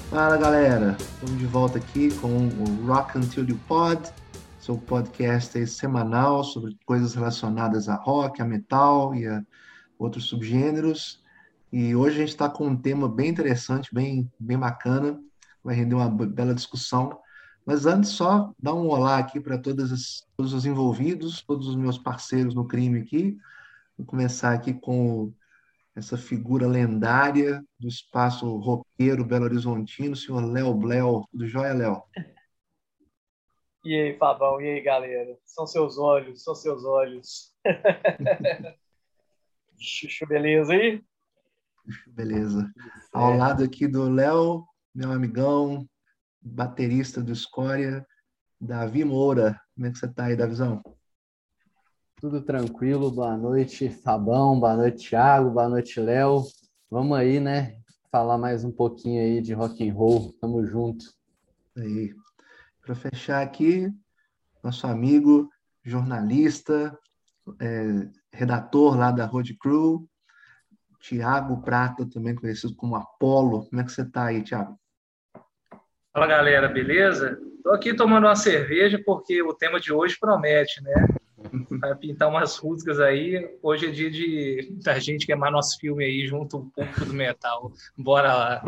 Fala galera, estamos de volta aqui com o Rock Until You Pod, seu podcast aí semanal sobre coisas relacionadas a rock, a metal e a outros subgêneros. E hoje a gente está com um tema bem interessante, bem bacana, vai render uma bela discussão. Mas antes, só dar um olá aqui para todos os envolvidos, todos os meus parceiros no crime aqui. Vou começar aqui com essa figura lendária do espaço roqueiro belo-horizontino, o senhor Léo Blel. Tudo jóia, Léo? E aí, Fabão, e aí, galera? São seus olhos, são seus olhos. Chuchu, beleza aí? Beleza. Ao lado aqui do Léo, meu amigão, baterista do Escória, Davi Moura. Como é que você está aí, Davizão? Tudo tranquilo, boa noite, Fabão, boa noite, Thiago, boa noite, Léo. Vamos aí, né? Falar mais um pouquinho aí de rock and roll. Tamo junto. Aí. Para fechar aqui, nosso amigo, jornalista, redator lá da Road Crew, Thiago Prata, também conhecido como Apolo. Como é que você está aí, Thiago? Fala galera, beleza? Tô aqui tomando uma cerveja porque o tema de hoje promete, né? Vai pintar umas rusgas aí. Hoje é dia da gente queimar nosso filme aí junto ao público do metal. Bora lá.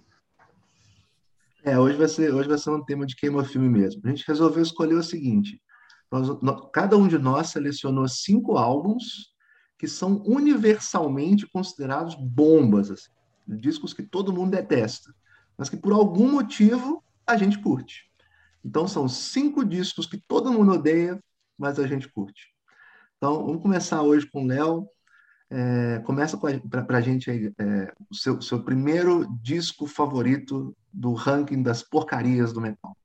Hoje vai ser um tema de queima-filme mesmo. A gente resolveu escolher o seguinte: cada um de nós selecionou 5 álbuns que são universalmente considerados bombas, assim, discos que todo mundo detesta, mas que por algum motivo a gente curte. Então são 5 discos que todo mundo odeia, mas a gente curte. Então vamos começar hoje com o Léo. Começa para a gente aí, o seu primeiro disco favorito do ranking das porcarias do metal.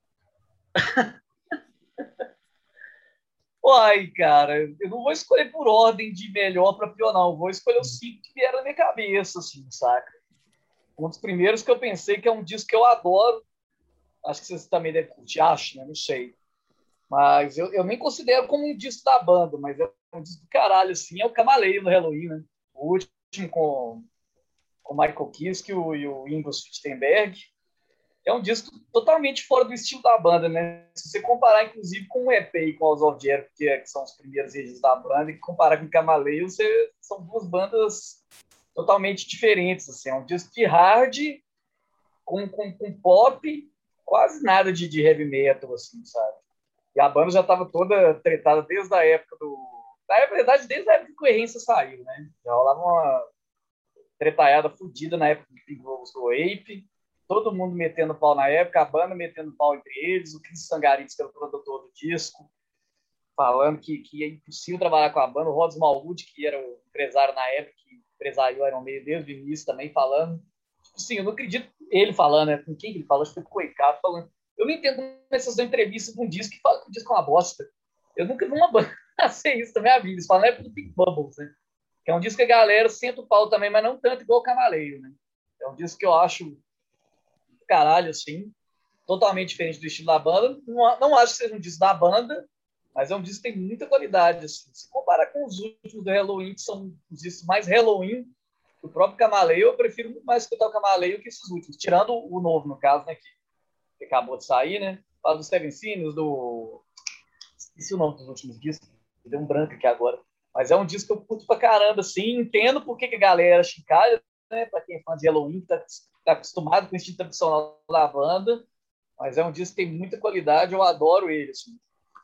Uai, cara, eu não vou escolher por ordem de melhor para pior, não. Eu vou escolher os 5 que vieram na minha cabeça, assim, saca? Um dos primeiros que eu pensei que é um disco que eu adoro. Acho que vocês também devem curtir, acho, né? Não sei. Mas eu nem considero como um disco da banda, mas é um disco do caralho, assim. É o Camaleio no Halloween, né? O último com o Michael Kiske e o Ingo Switztenberg. É um disco totalmente fora do estilo da banda, né? Se você comparar, inclusive, com o EP e com o House of Jericho, que são os primeiros registros da banda, e comparar com o Camaleio, são duas bandas totalmente diferentes. Assim. É um disco de hard com pop, quase nada de heavy metal, assim, sabe? E a banda já estava toda tretada desde a época do... Na verdade, desde a época que o Errência saiu, né? Já rolava uma tretaiada fodida na época do Pink Globos do Ape, todo mundo metendo pau na época, a banda metendo pau entre eles, o Chris Sangaritz, que era o produtor do disco, falando que é impossível trabalhar com a banda, o Rod Smallwood, que era o empresário na época, que empresariou Iron Maiden desde o início também, falando, tipo assim, eu não acredito ele falando, né? Com quem que ele falou? Acho que foi com o Coicado falando, eu não entendo essas entrevistas com um disco que fala que o disco é uma bosta. Eu nunca vi uma banda fazer isso na minha vida, eles falam, é porque tem Bubbles, né? Que é um disco que a galera senta o pau também, mas não tanto igual o Camaleio, né? É um disco que eu acho caralho, assim, totalmente diferente do estilo da banda. Não acho que seja um disco da banda, mas é um disco que tem muita qualidade, assim. Se comparar com os últimos do Halloween, que são os discos mais Halloween do próprio Camaleio, eu prefiro muito mais escutar o Camaleio que esses últimos, tirando o novo, no caso, né, que acabou de sair, né? Fala do Seven Sinners, do... Esqueci o nome dos últimos discos, deu um branco aqui agora. Mas é um disco que eu curto pra caramba, assim, entendo por que a galera chincalha, né, pra quem é fã de Halloween, que tá acostumado com o estilo tradicional da banda, mas é um disco que tem muita qualidade, eu adoro ele, assim.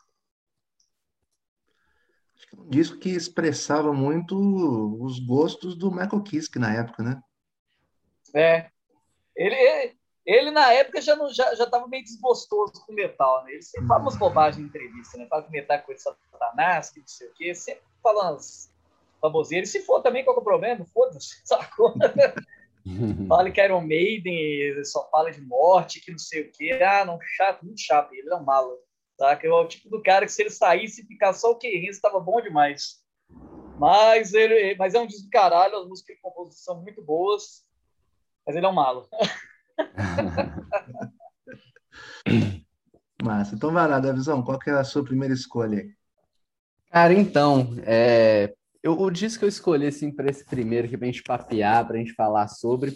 Um disco que expressava muito os gostos do Michael Kiske na época, né? É, ele na época já tava meio desgostoso com o metal, né? Ele sempre fala umas bobagens em entrevista, né? Fala que metal é coisa de satanás, que não sei o quê, sempre fala umas baboseiras. Se for também, qual que é o problema? Foda-se, sacou? Fala que Iron Maiden só fala de morte, que não sei o quê. Ah, não, chato, muito chato. Ele é um mala, saca? É o tipo do cara que se ele saísse e ficar só o que estava bom demais. Mas é um disco do caralho, as músicas de composição muito boas, mas ele é um malo. Massa. Então vai lá, Davizão, qual que é a sua primeira escolha aí? Cara, então, o disco que eu escolhi assim, para esse primeiro, que pra gente papear, pra gente falar sobre,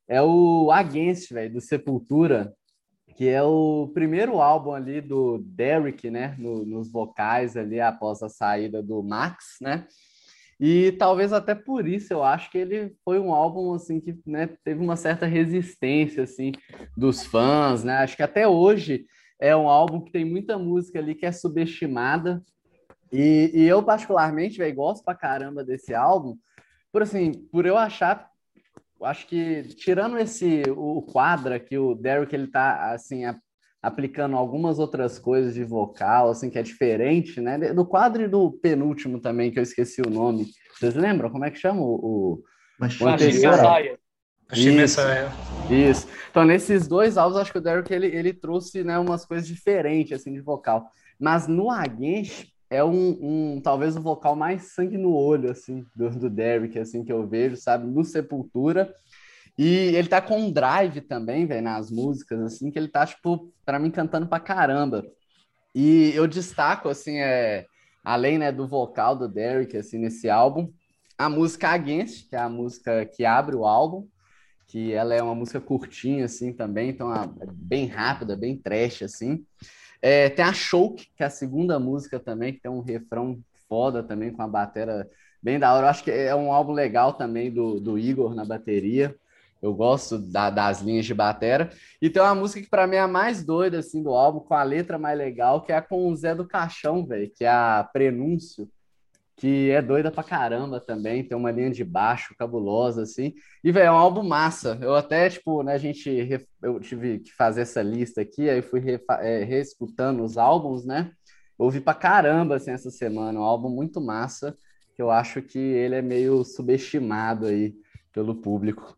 é o Against, velho, do Sepultura, que é o primeiro álbum ali do Derek, né, nos vocais ali após a saída do Max, né? E talvez até por isso eu acho que ele foi um álbum assim que, né, teve uma certa resistência assim dos fãs, né? Acho que até hoje é um álbum que tem muita música ali que é subestimada. E eu particularmente, velho, gosto pra caramba desse álbum, por assim, por eu achar, acho que tirando o quadro que o Derek ele tá assim aplicando algumas outras coisas de vocal, assim, que é diferente, né? Do quadro e do penúltimo também, que eu esqueci o nome. Vocês lembram? Como é que chama o Machine Messiah. Machine Messiah. Isso. Então, nesses dois álbuns, acho que o Derek, ele trouxe, né, umas coisas diferentes, assim, de vocal. Mas no Against, é talvez o vocal mais sangue no olho, assim, do Derek, assim, que eu vejo, sabe? No Sepultura. E ele tá com um drive também, velho, nas músicas, assim, que ele tá, tipo, pra mim, cantando pra caramba. E eu destaco, assim, além, né, do vocal do Derek, assim, nesse álbum, a música Against, que é a música que abre o álbum, que ela é uma música curtinha, assim, também, então é bem rápida, bem trash, assim. Tem a Choke, que é a segunda música também, que tem um refrão foda também, com a batera bem da hora. Eu acho que é um álbum legal também do Igor na bateria. Eu gosto das linhas de batera. E tem uma música que para mim é a mais doida assim, do álbum, com a letra mais legal, que é com o Zé do Caixão, velho, que é a Prenúncio, que é doida pra caramba também, tem uma linha de baixo cabulosa, assim. E, velho, é um álbum massa. Eu até, tipo, né, eu tive que fazer essa lista aqui, aí fui reescutando os álbuns, né? Ouvi pra caramba, assim, essa semana. Um álbum muito massa, que eu acho que ele é meio subestimado aí pelo público.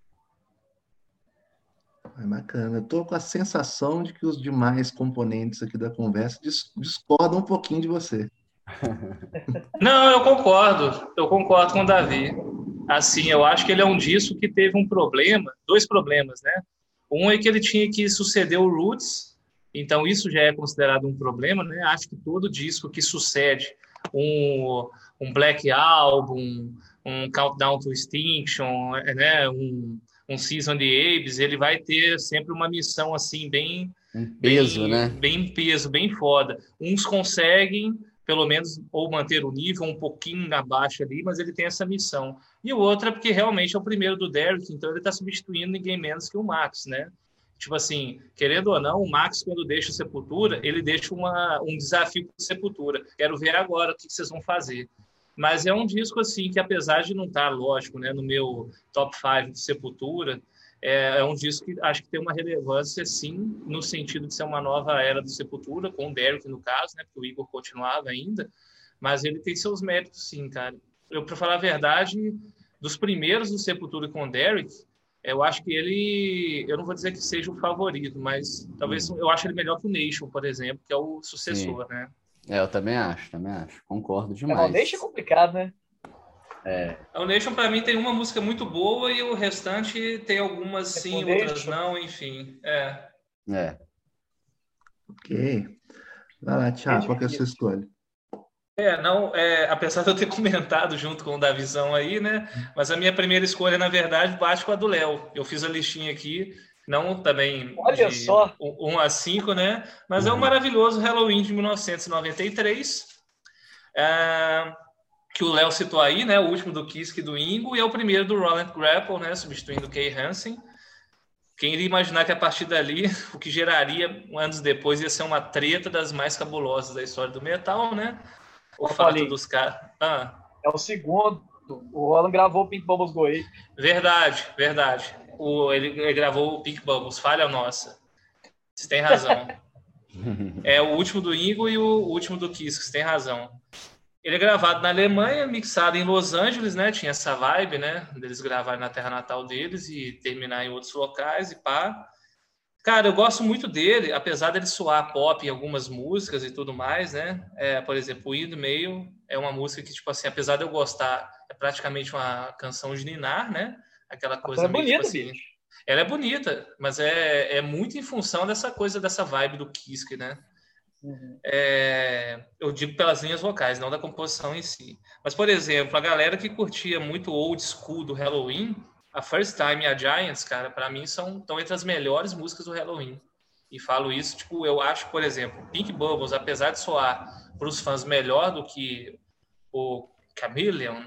É bacana. Eu tô com a sensação de que os demais componentes aqui da conversa discordam um pouquinho de você. Não, eu concordo com o Davi. Assim, eu acho que ele é um disco que teve um problema, dois problemas, né? Um é que ele tinha que suceder o Roots, então isso já é considerado um problema, né? Acho que todo disco que sucede um Black Album, um Countdown to Extinction, né? Um Season the Abyss, ele vai ter sempre uma missão assim bem peso, né? Bem peso, bem foda. Uns conseguem pelo menos, ou manter o nível um pouquinho abaixo ali, mas ele tem essa missão. E o outro é porque realmente é o primeiro do Derek, então ele está substituindo ninguém menos que o Max, né? Tipo assim, querendo ou não, o Max, quando deixa o Sepultura, ele deixa um desafio para o Sepultura. Quero ver agora o que vocês vão fazer. Mas é um disco, assim, que apesar de não estar, lógico, né, no meu top 5 de Sepultura, é um disco que acho que tem uma relevância, sim, no sentido de ser uma nova era do Sepultura, com o Derek, no caso, né, porque o Igor continuava ainda, mas ele tem seus méritos, sim, cara. Para falar a verdade, dos primeiros do Sepultura com o Derek, eu acho que ele, eu não vou dizer que seja o favorito, mas talvez eu acho ele melhor que o Nation, por exemplo, que é o sucessor, sim, né? Eu também acho, concordo demais. O Nation é complicado, né? O Nation, pra mim, tem uma música muito boa e o restante tem algumas sim, outras não, enfim. Ok. Vai lá, Thiago, qual que é a sua escolha? Apesar de eu ter comentado junto com o Davizão aí, né? Mas a minha primeira escolha, na verdade, bate com a do Léo. Eu fiz a listinha aqui, não também olha de só. 1 a 5, né? Mas é um maravilhoso Halloween de 1993. Que o Léo citou aí, né? O último do Kiske e do Ingo, e é o primeiro do Roland Grapple, né? Substituindo o Kay Hansen. Quem iria imaginar que a partir dali, o que geraria anos depois ia ser uma treta das mais cabulosas da história do metal, né? O fato dos caras... É o segundo. O Roland gravou o Pink Bubbles Go Ape. Verdade. Ele gravou o Pink Bubbles. Falha nossa. Você tem razão. É o último do Ingo e o último do Kiske. Você tem razão. Ele é gravado na Alemanha, mixado em Los Angeles, né? Tinha essa vibe, né? Deles gravarem na terra natal deles e terminar em outros locais e pá. Cara, eu gosto muito dele, apesar dele soar pop em algumas músicas e tudo mais, né? Por exemplo, o Windmail é uma música que, tipo assim, apesar de eu gostar, é praticamente uma canção de ninar, né? Aquela coisa meio, bonita, tipo assim... Ela é bonita, mas é muito em função dessa coisa, dessa vibe do Kiske, né? Uhum. Eu digo pelas linhas vocais, não da composição em si. Mas, por exemplo, a galera que curtia muito o old school do Halloween, a First Time e a Giants, cara, pra mim estão entre as melhores músicas do Halloween. E falo isso, tipo, eu acho, por exemplo, Pink Bubbles, apesar de soar pros fãs melhor do que o Chameleon,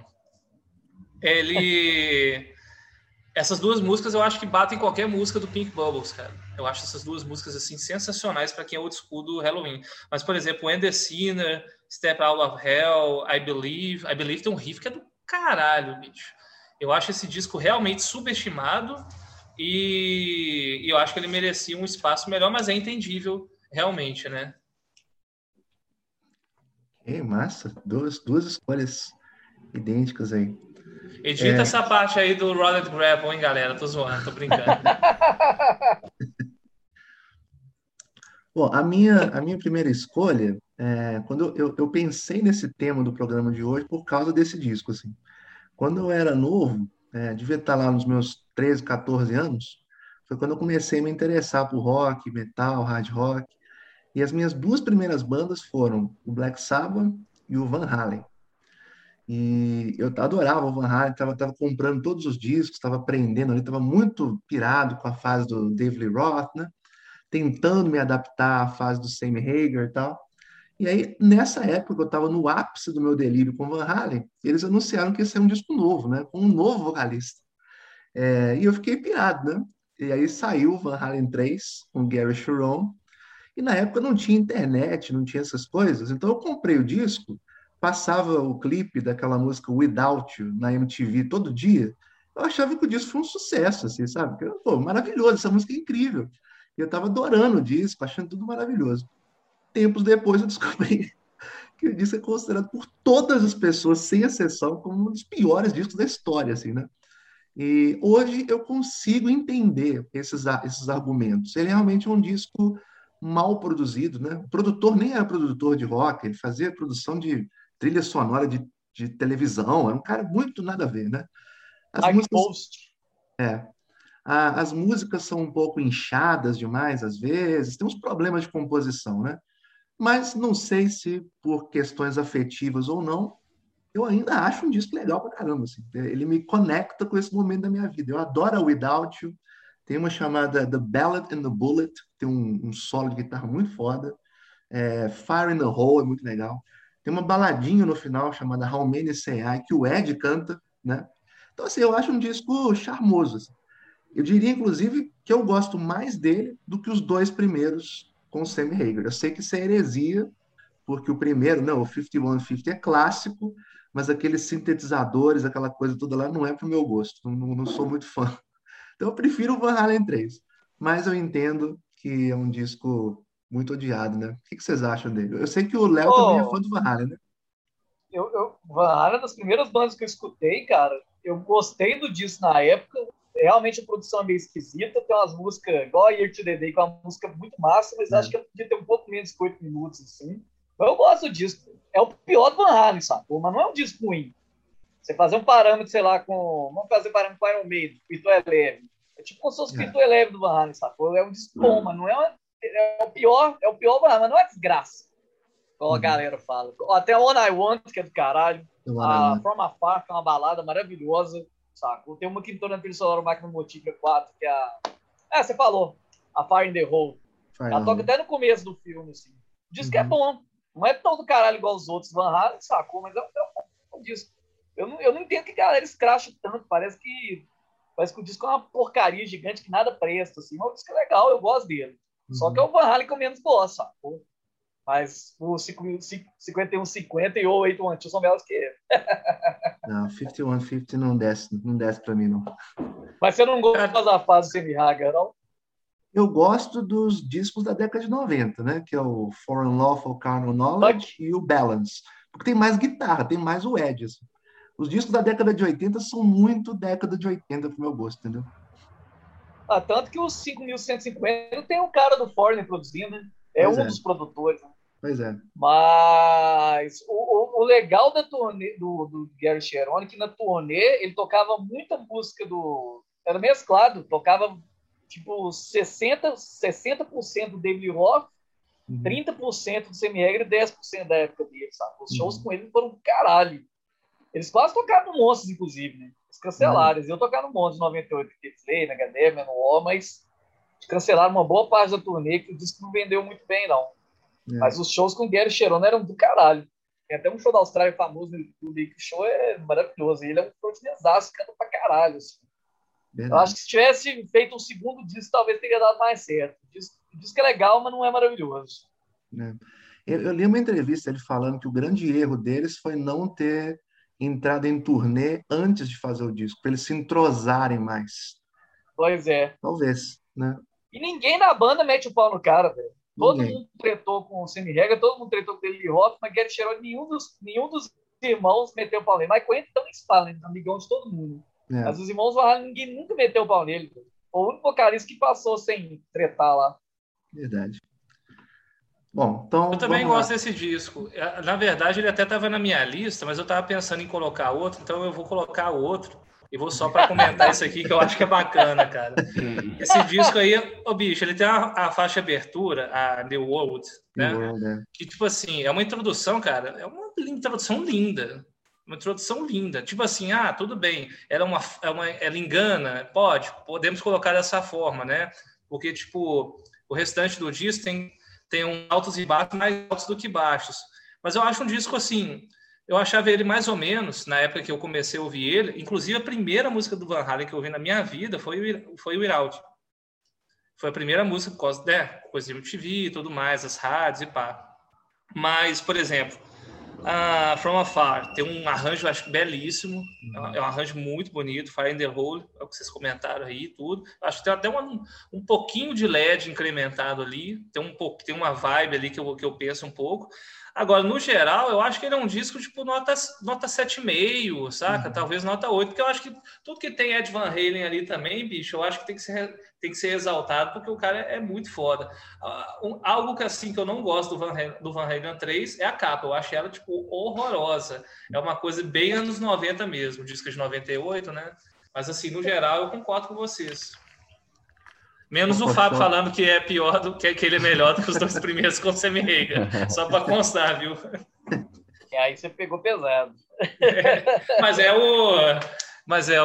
essas duas músicas eu acho que batem qualquer música do Pink Bubbles, cara. Eu acho essas duas músicas, assim, sensacionais para quem é old school do Halloween. Mas, por exemplo, End the Sinner, Step Out of Hell, I Believe tem um riff que é do caralho, bicho. Eu acho esse disco realmente subestimado e eu acho que ele merecia um espaço melhor, mas é entendível realmente, né? Massa. Duas escolhas idênticas aí. Edita essa parte aí do Rolled Grapple, hein, galera? Tô zoando, tô brincando. Bom, a minha primeira escolha, quando eu pensei nesse tema do programa de hoje por causa desse disco, assim. Quando eu era novo, devia estar lá nos meus 13, 14 anos, foi quando eu comecei a me interessar por rock, metal, hard rock. E as minhas duas primeiras bandas foram o Black Sabbath e o Van Halen. E eu adorava o Van Halen, tava comprando todos os discos, estava aprendendo ali, estava muito pirado com a fase do Dave Lee Roth, né? Tentando me adaptar à fase do Sammy Hagar e tal. E aí, nessa época, eu estava no ápice do meu delírio com o Van Halen, e eles anunciaram que ia ser um disco novo, né? Com um novo vocalista. E eu fiquei pirado, né? E aí saiu o Van Halen 3, com o Gary Cherone, e na época não tinha internet, não tinha essas coisas, então eu comprei o disco, passava o clipe daquela música Without You na MTV todo dia, eu achava que o disco foi um sucesso, assim, sabe? Porque, pô, maravilhoso, essa música é incrível. E eu estava adorando o disco, achando tudo maravilhoso. Tempos depois eu descobri que o disco é considerado por todas as pessoas, sem exceção, como um dos piores discos da história, assim, né? E hoje eu consigo entender esses argumentos. Ele realmente é um disco mal produzido, né? O produtor nem era produtor de rock, ele fazia produção de trilha sonora de televisão, é um cara muito nada a ver, né? As Mike músicas, Post. as músicas são um pouco inchadas demais, às vezes, tem uns problemas de composição, né? Mas não sei se por questões afetivas ou não, eu ainda acho um disco legal pra caramba, assim. Ele me conecta com esse momento da minha vida. Eu adoro a Without You. Tem uma chamada The Ballad and the Bullet, tem um solo de guitarra muito foda. Fire in the Hole é muito legal. Tem uma baladinha no final chamada How Many Say I, que o Ed canta, né? Então, assim, eu acho um disco charmoso, assim. Eu diria, inclusive, que eu gosto mais dele do que os dois primeiros com o Sammy Hagar. Eu sei que isso é heresia, porque o primeiro, não, o 5150 é clássico, mas aqueles sintetizadores, aquela coisa toda lá, não é pro meu gosto. Não sou muito fã. Então eu prefiro o Van Halen 3. Mas eu entendo que é um disco muito odiado, né? O que vocês acham dele? Eu sei que o Léo também é fã Oh, do Van Halen, né? Van Halen é das primeiras bandas que eu escutei, cara. Eu gostei do disco na época. Realmente a produção é meio esquisita. Tem umas músicas, igual a Year to the Day, que é uma música muito massa, mas acho que eu podia ter um pouco menos de 8 minutos, assim. Mas eu gosto do disco. É o pior do Van Halen, sacou? Mas não é um disco ruim. Você fazer um parâmetro, sei lá, com. Vamos fazer parâmetro com Iron Maiden, Spiritual Eleven. É tipo como se fosse o Spiritual Eleven do Van Halen, sacou? É um disco bom, mas não é. É o pior Van Halen, mas não é desgraça. Como a galera fala. Até All I Want, que é do caralho. A From Afar, que é uma balada maravilhosa, sacou? Tem uma que entrou na trilha sonora Máquina Motiva 4, que é a. Você falou. A Fire in the Hole. Ela toca até no começo do filme, assim. O disco é bom. Não é tão do caralho igual os outros Van Halen, sacou? Mas é um disco. Eu não entendo que a galera escracha tanto. Parece que o disco é uma porcaria gigante que nada presta, assim. Mas o disco é legal, eu gosto dele. Só que é o Van Halen que eu menos gosto, sacou? Mas o 5150 e o 812 são melhores que ele. Não, 5150 não desce pra mim, não. Mas você não gosta da fase semi-raga, não? Eu gosto dos discos da década de 90, né? Que é o For Unlawful Carnal Knowledge e o Balance. Porque tem mais guitarra, tem mais o Ed. Assim. Os discos da década de 80 são muito década de 80 pro meu gosto, entendeu? Tanto que os 5150 tem o cara do Foreigner produzindo, né? Dos produtores. Né? Pois é. Mas o legal da turnê do Gary Cherone, que na turnê ele tocava muita música era mesclado, tocava tipo 60% do David Lee Roth, 30% do Sammy Hagar e 10% da época dele, sabe? Os shows com ele foram do caralho. Eles quase tocaram Monstros, inclusive, né? cancelaram. Eles iam tocar no Monte de 98, que Play, na HD, Menor, mas cancelaram uma boa parte da turnê, que o disco não vendeu muito bem, não. Mas os shows com o Gary Cherone eram do caralho. Tem até um show da Austrália famoso no YouTube, que o show é maravilhoso. Ele é um frontinazaço, canta pra caralho. Assim. Eu acho que se tivesse feito um segundo disco, talvez teria dado mais certo. O disco é legal, mas não é maravilhoso. Eu li uma entrevista ele falando que o grande erro deles foi não ter entrado em turnê antes de fazer o disco, para eles se entrosarem mais. Pois é. Talvez, né? E ninguém na banda mete o pau no cara, velho. Todo mundo tretou com o Sammy Hagar, todo mundo tretou com o David Hoff, mas Gary Cherone, nenhum dos irmãos meteu o pau nele. Mike Wentz também se fala, né? Amigão de todo mundo. Mas os irmãos Van Halen, ninguém nunca meteu o pau nele. Véio. Foi o único vocalista que passou sem tretar lá. Verdade. Bom, então. Eu também gosto desse disco. Na verdade, ele até estava na minha lista, mas eu estava pensando em colocar outro, então eu vou colocar outro. E vou só para comentar isso aqui, que eu acho que é bacana, cara. Esse disco aí, bicho, ele tem a faixa abertura, a New World, né? Que, tipo assim, é uma introdução, cara, é uma introdução linda. Uma introdução linda. Tipo assim, tudo bem, ela engana, podemos colocar dessa forma, né? Porque, tipo, o restante do disco tem altos e baixos mais altos do que baixos. Mas eu acho um disco, assim... Eu achava ele mais ou menos, na época que eu comecei a ouvir ele, inclusive a primeira música do Van Halen que eu ouvi na minha vida foi o Without. Foi a primeira música por causa coisa de MTV e tudo mais, as rádios e pá. Mas, por exemplo, From Afar tem um arranjo, eu acho, belíssimo. É um arranjo muito bonito, Fire in the Hole, é o que vocês comentaram aí e tudo. Acho que tem até um pouquinho de LED incrementado ali, tem uma vibe ali que eu penso um pouco. Agora, no geral, eu acho que ele é um disco tipo nota 7,5, saca? Talvez nota 8, porque eu acho que tudo que tem Ed Van Halen ali também, bicho, eu acho que tem que ser exaltado, porque o cara é muito foda. Algo que, assim, que eu não gosto do Van Halen 3 é a capa. Eu acho ela, tipo, horrorosa. É uma coisa bem anos 90 mesmo, disco de 98, né? Mas, assim, no geral, eu concordo com vocês. Menos o Fábio falando que é pior que ele é melhor do que os dois primeiros com o Sammy Hagar. Só para constar, viu? Aí você pegou pesado. Mas é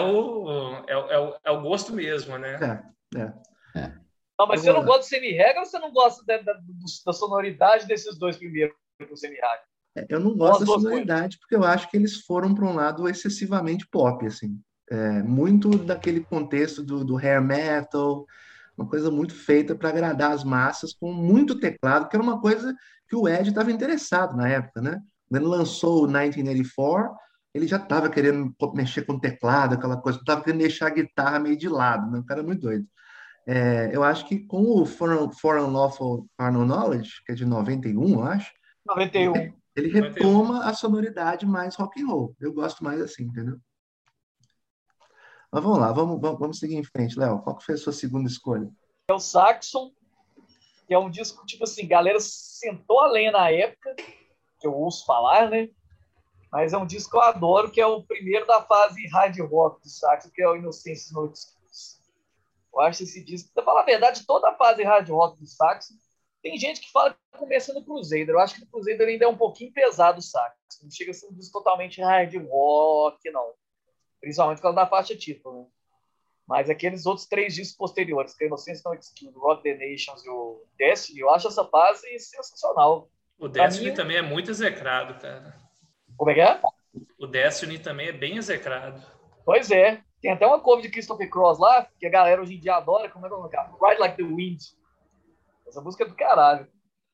o gosto mesmo, né? Não, mas você não gosta do Sammy Hagar ou você não gosta da sonoridade desses dois primeiros com o Sammy Hagar? Eu não gosto da sonoridade porque eu acho que eles foram para um lado excessivamente pop, assim. Muito daquele contexto do hair metal, uma coisa muito feita para agradar as massas, com muito teclado, que era uma coisa que o Ed estava interessado na época, né? Quando ele lançou o 1984, ele já estava querendo mexer com teclado, aquela coisa, estava querendo deixar a guitarra meio de lado, né? O cara é muito doido. Eu acho que com o For Unlawful Carnal Knowledge, que é de 91, eu acho, 91. Ele retoma a sonoridade mais rock and roll. Eu gosto mais assim, entendeu? Mas vamos lá, vamos seguir em frente, Léo. Qual que foi a sua segunda escolha? É o Saxon, que é um disco, tipo assim, galera sentou a lenha na época, que eu ouço falar, né? Mas é um disco que eu adoro, que é o primeiro da fase hard rock do Saxon, que é o Innocence No Excuse. Eu acho esse disco, pra falar a verdade, toda a fase hard rock do Saxon, tem gente que fala que começa no Crusader. Eu acho que no Crusader ainda é um pouquinho pesado o Saxon. Não chega a ser um disco totalmente hard rock, não. Principalmente por causa da faixa título, né? Mas aqueles outros 3 discos posteriores, que é Innocence No Excuse, Rock the Nations e o Destiny, eu acho essa fase sensacional. O Destiny também é muito execrado, cara. Como é que é? O Destiny também é bem execrado. Pois é. Tem até uma cover de Christopher Cross lá, que a galera hoje em dia adora. Como é que é o nome? Ride Like the Wind. Essa música é do caralho.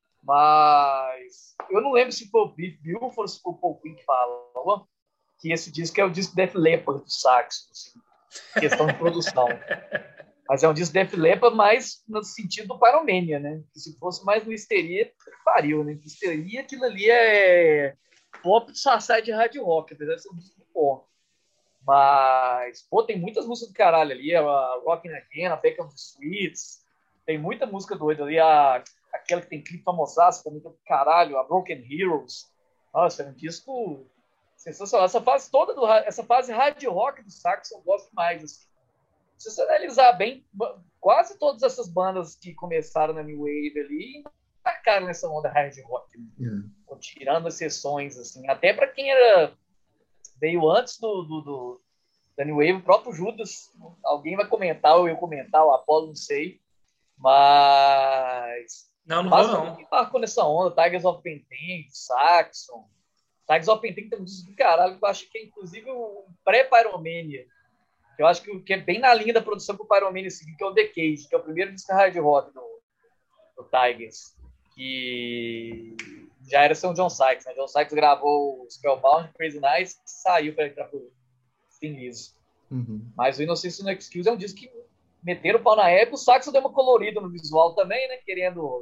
Mas eu não lembro se foi o Biff Buford ou se foi o Paul Quinn que falou que esse disco é o disco Def Leppard do Saxon, assim, questão de produção. Mas é um disco Def Leppard mais no sentido do Pyromania, né? Que se fosse mais no Histeria, pariu, né? Histeria, aquilo ali é pop Sarsai de hard rock, apesar de ser um disco muito bom. Mas, pô, tem muitas músicas do caralho ali, a Rockin' Again, a Back of the Sweets, tem muita música doida ali, aquela que tem clipe famosaço, também do caralho, a Broken Heroes. Nossa, é um disco sensacional. Essa fase hard rock do Saxon eu gosto mais. Assim. Se você analisar bem, quase todas essas bandas que começaram na New Wave ali embarcaram nessa onda hard rock. Né? Tirando exceções, assim. Até para quem veio antes Danny Wave, o próprio Judas, alguém vai comentar, ou eu comentar, o Apollo, não sei, mas... Não vou não. Quem marcou nessa onda, Tigers of Painting, Saxon. Tigers of Painting tem um disco do caralho, que eu acho que é inclusive o pré-Pyromania. Eu acho que é bem na linha da produção que o Pyromania seguiu, que é o The Cage, que é o primeiro disco hard rock do Tigers. Que já era São John Sykes, né? John Sykes gravou o Spellbound, Crazy Nights, e saiu para entrar pro Thin Lizzy. Mas o Innocence No Excuse é um disco que meteram o pau na época. O Saxon deu uma colorida no visual também, né? Querendo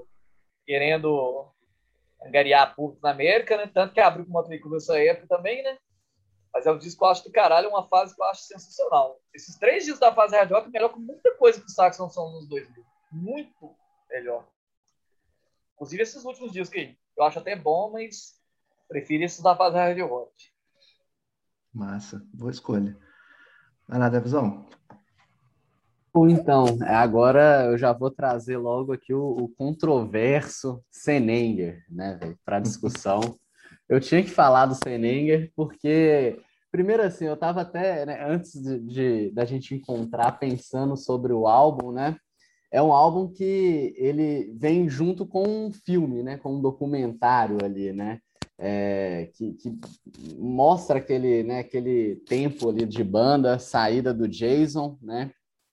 angariar público na América, né? Tanto que abriu com uma película nessa época também, né? Mas é um disco que eu acho do caralho, uma fase que eu acho sensacional. Esses 3 discos da fase hard rock é melhor que muita coisa que o Saxon são nos 2000. Muito melhor. Inclusive esses últimos discos aí. Eu acho até bom, mas prefiro esses da fase hard rock. Massa, boa escolha. Vai lá, Davizão. Então, agora eu já vou trazer logo aqui o controverso Senenger, né, velho, para discussão. Eu tinha que falar do Senenger porque, primeiro assim, eu estava até, né, antes da gente encontrar, pensando sobre o álbum, né, é um álbum que ele vem junto com um filme, né, com um documentário ali, né, que mostra aquele tempo ali de banda, saída do Jason, né,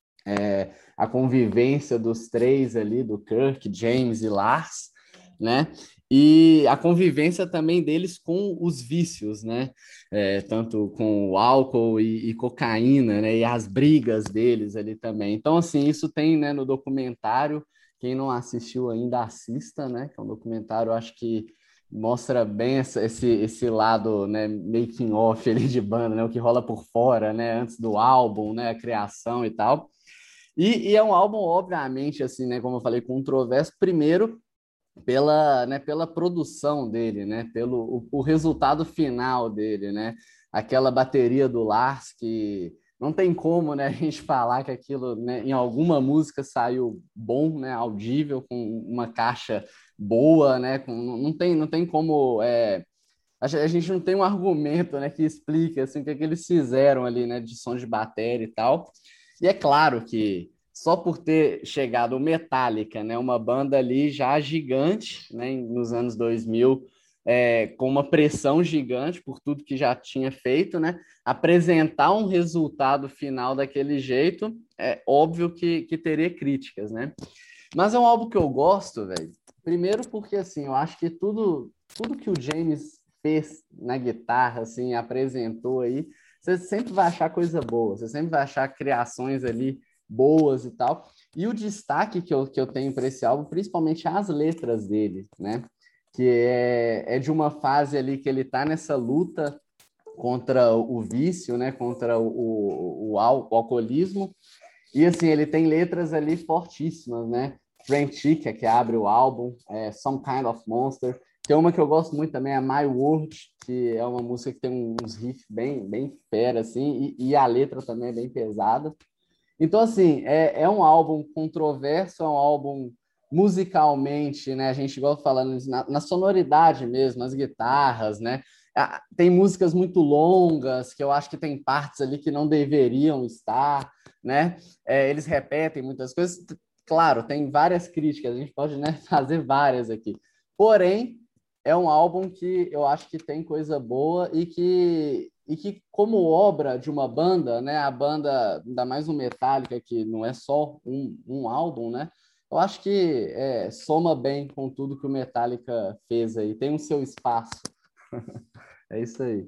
a convivência dos 3 ali, do Kirk, James e Lars, né? E a convivência também deles com os vícios, né? Tanto com o álcool e cocaína, né? E as brigas deles ali também. Então, assim, isso tem, né, no documentário. Quem não assistiu ainda, assista, né? Que é um documentário, acho que mostra bem esse lado, né, making off ali de banda, né? O que rola por fora, né? Antes do álbum, né? A criação e tal. E é um álbum, obviamente, assim, né, como eu falei, controverso, primeiro pela produção dele, né, pelo o resultado final dele, né, aquela bateria do Lars que não tem como, né, a gente falar que aquilo, né, em alguma música saiu bom, né, audível, com uma caixa boa, né, não tem como... a gente não tem um argumento, né, que explique assim, o que eles fizeram ali, né, de som de bateria e tal. E é claro que só por ter chegado o Metallica, né, uma banda ali já gigante, né, nos anos 2000, com uma pressão gigante por tudo que já tinha feito, né, apresentar um resultado final daquele jeito, é óbvio que teria críticas, né? Mas é um álbum que eu gosto, velho. Primeiro porque, assim, eu acho que tudo que o James fez na guitarra, assim, apresentou aí, você sempre vai achar coisa boa, você sempre vai achar criações ali boas e tal. E o destaque que eu tenho para esse álbum, principalmente as letras dele, né? Que é de uma fase ali que ele está nessa luta contra o vício, né? Contra o alcoolismo. E, assim, ele tem letras ali fortíssimas, né? Frantica, que abre o álbum, Some Kind of Monster. Tem uma que eu gosto muito também, é My World, que é uma música que tem uns riffs bem fera, assim, e a letra também é bem pesada. Então, assim, é um álbum controverso, é um álbum musicalmente, né? A gente gosta falando na sonoridade mesmo, nas guitarras, né? Tem músicas muito longas, que eu acho que tem partes ali que não deveriam estar, né? Eles repetem muitas coisas. Claro, tem várias críticas, a gente pode, né, fazer várias aqui. Porém, é um álbum que eu acho que tem coisa boa e que como obra de uma banda, né, a banda, ainda mais o Metallica, que não é só um álbum, né, eu acho que soma bem com tudo que o Metallica fez aí, tem o seu espaço. É isso aí.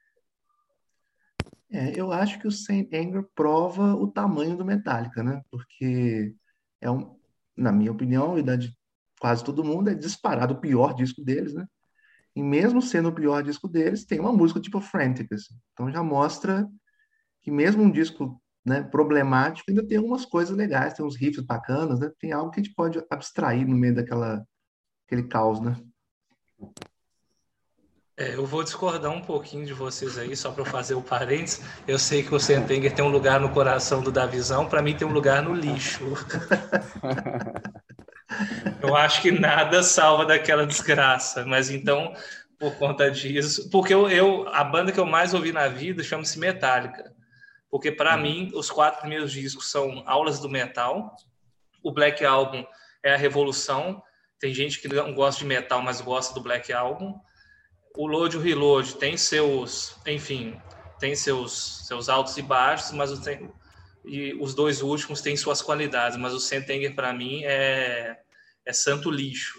Eu acho que o Saint Anger prova o tamanho do Metallica, né? Porque na minha opinião, e da de quase todo mundo, é disparado o pior disco deles, né? E mesmo sendo o pior disco deles, tem uma música tipo Frantic, assim. Então já mostra que mesmo um disco, né, problemático, ainda tem algumas coisas legais, tem uns riffs bacanas, né? Tem algo que a gente pode abstrair no meio daquele caos, né? Eu vou discordar um pouquinho de vocês aí, só para fazer o parênteses. Eu sei que o Sentenger tem um lugar no coração do Davizão, para mim tem um lugar no lixo. Eu acho que nada salva daquela desgraça, mas então, por conta disso... Porque a banda que eu mais ouvi na vida chama-se Metallica, porque para mim os 4 primeiros discos são aulas do metal. O Black Album é a revolução. Tem gente que não gosta de metal, mas gosta do Black Album. O Load e o Reload tem seus, enfim, tem seus altos e baixos, mas os 2 últimos têm suas qualidades, mas o Sentenger para mim é santo lixo.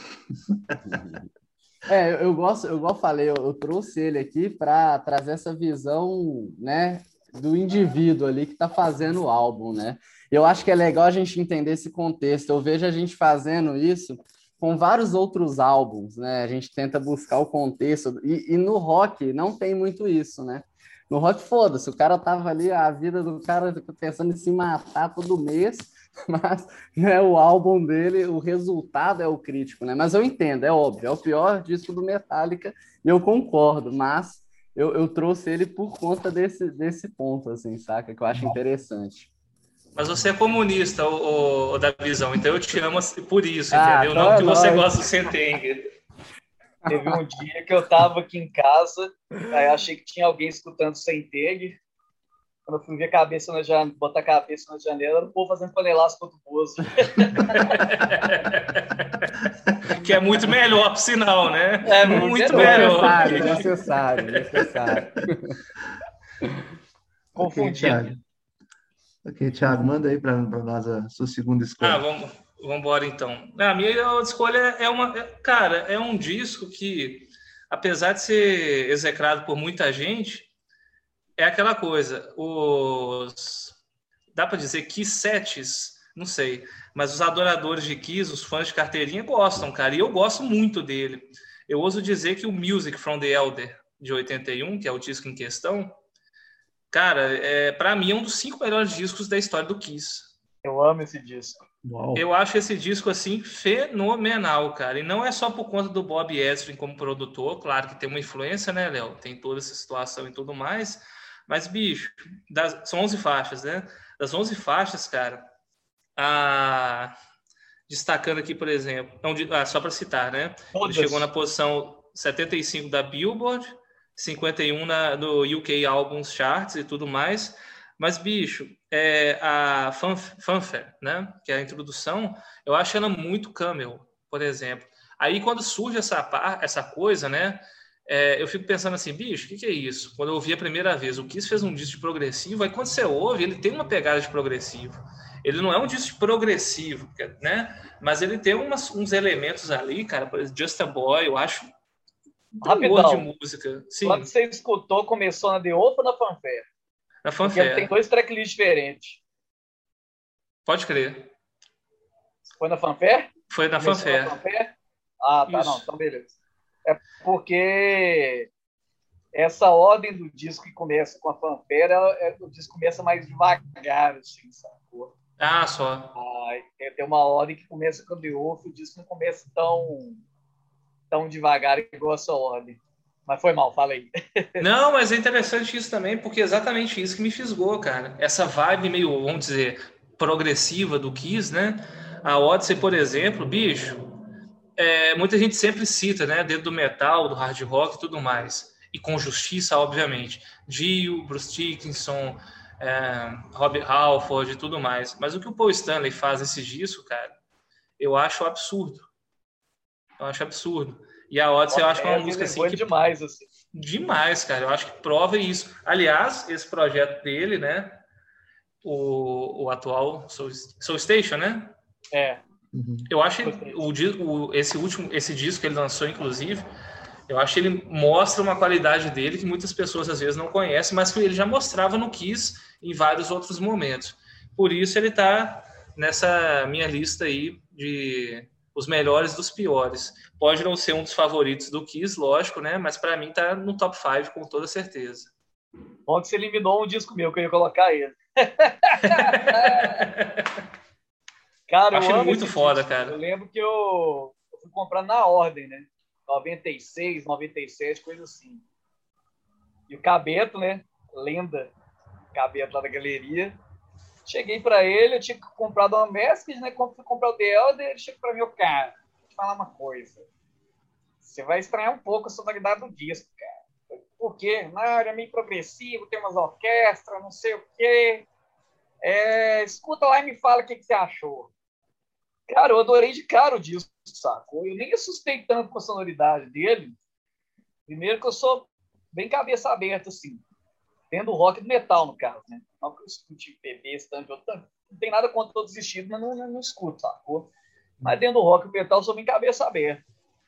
Eu gosto, igual eu falei, eu trouxe ele aqui para trazer essa visão, né, do indivíduo ali que está fazendo o álbum, né? Eu acho que é legal a gente entender esse contexto. Eu vejo a gente fazendo isso com vários outros álbuns, né? A gente tenta buscar o contexto, e no rock não tem muito isso, né? No rock, foda-se, o cara tava ali, a vida do cara pensando em se matar todo mês, mas, né, o álbum dele, o resultado é o crítico, né? Mas eu entendo, é óbvio, é o pior disco do Metallica, e eu concordo, mas eu trouxe ele por conta desse ponto, assim, saca? Que eu acho interessante. Mas você é comunista, o da visão, então eu te amo por isso, entendeu? Então não que você gosta do Sentenger. Teve um dia que eu tava aqui em casa, aí achei que tinha alguém escutando Sentenger. Quando eu fui ver a cabeça na janela, botar a cabeça na janela, era o povo fazendo panelaço contra o Bozo. Que é muito melhor, por sinal, né? É muito melhor. Necessário. Confundido. Ok, Thiago, manda aí para nós a sua segunda escolha. Vamos embora então. A minha escolha é um disco que, apesar de ser execrado por muita gente, é aquela coisa, dá para dizer Kiss sets, não sei, mas os adoradores de Kiss, os fãs de carteirinha gostam, cara, e eu gosto muito dele. Eu ouso dizer que o Music from the Elder, de 81, que é o disco em questão, cara, para mim é um dos 5 melhores discos da história do Kiss. Eu amo esse disco. Uau. Eu acho esse disco, assim, fenomenal, cara. E não é só por conta do Bob Ezrin como produtor, claro que tem uma influência, né, Léo? Tem toda essa situação e tudo mais. Mas, bicho, são 11 faixas, né? Das 11 faixas, cara, destacando aqui, por exemplo, só para citar, né? Ele chegou na posição 75 da Billboard, 51 do UK Albums Charts e tudo mais. Mas, bicho, a Fanfare, né? Que é a introdução, eu acho ela muito Camel, por exemplo. Aí, quando surge essa coisa, né? Eu fico pensando assim, bicho, o que é isso? Quando eu ouvi a primeira vez, o Kiss fez um disco de progressivo, aí quando você ouve, ele tem uma pegada de progressivo. Ele não é um disco de progressivo, né? Mas ele tem uns elementos ali, cara, por exemplo, Just a Boy, eu acho Rapidão. de música. Sim. Quando você escutou, começou na The Wolf ou na Fanfare? Na Fanfare. Porque tem 2 tracklists diferentes. Pode crer. Foi na Fanfare? Foi na Fanfare. Ah, tá, Isso. não, então beleza. É porque essa ordem do disco que começa com a Fanfare, o disco começa mais devagar, assim, sacou? Ah, só. Tem uma ordem que começa com a The Wolf, o disco não começa tão devagar igual essa ordem. Mas foi mal, falei. Não, mas é interessante isso também, porque é exatamente isso que me fisgou, cara. Essa vibe meio, vamos dizer, progressiva do Kiss, né? A Odyssey, por exemplo, bicho, muita gente sempre cita, né? Dentro do metal, do hard rock e tudo mais. E com justiça, obviamente. Dio, Bruce Dickinson, Rob Halford e tudo mais. Mas o que o Paul Stanley faz nesse disco, cara, eu acho absurdo. E a Odyssey, eu acho que é uma música assim que... demais, assim. Demais, cara. Eu acho que prova isso. Aliás, esse projeto dele, né? O atual Soul Station, né? Uhum. Eu acho esse disco que ele lançou, inclusive, eu acho que ele mostra uma qualidade dele que muitas pessoas às vezes não conhecem, mas que ele já mostrava no Kiss em vários outros momentos. Por isso ele está nessa minha lista aí de os melhores dos piores. Pode não ser um dos favoritos do Kiss, lógico, né? Mas para mim tá no top 5 com toda certeza. Ontem você eliminou um disco meu que eu ia colocar ele. Cara, eu acho ele muito foda, disco. cara. Eu lembro que eu fui comprar na ordem, né? 96, 97, coisa assim. E o Cabeto, né? Lenda. Cabeto lá da galeria. Cheguei pra ele, eu tinha comprado uma Message, né? Fui comprar o The Elder, ele chegou pra mim, cara, vou te falar uma coisa. Você vai estranhar um pouco a sonoridade do disco, cara. porque na área é meio progressivo, tem umas orquestras, não sei o quê. Escuta lá e me fala o que você achou. Cara, eu adorei de cara o disco, sacou? Eu nem assustei tanto com a sonoridade dele. Primeiro que eu sou bem cabeça aberta, assim. Tendo rock e metal, no caso, né? Não que eu escute bebês, tanto, não tem nada contra todos os estilos, mas não escuto, sacou? Mas dentro do rock e metal eu sou bem cabeça aberta.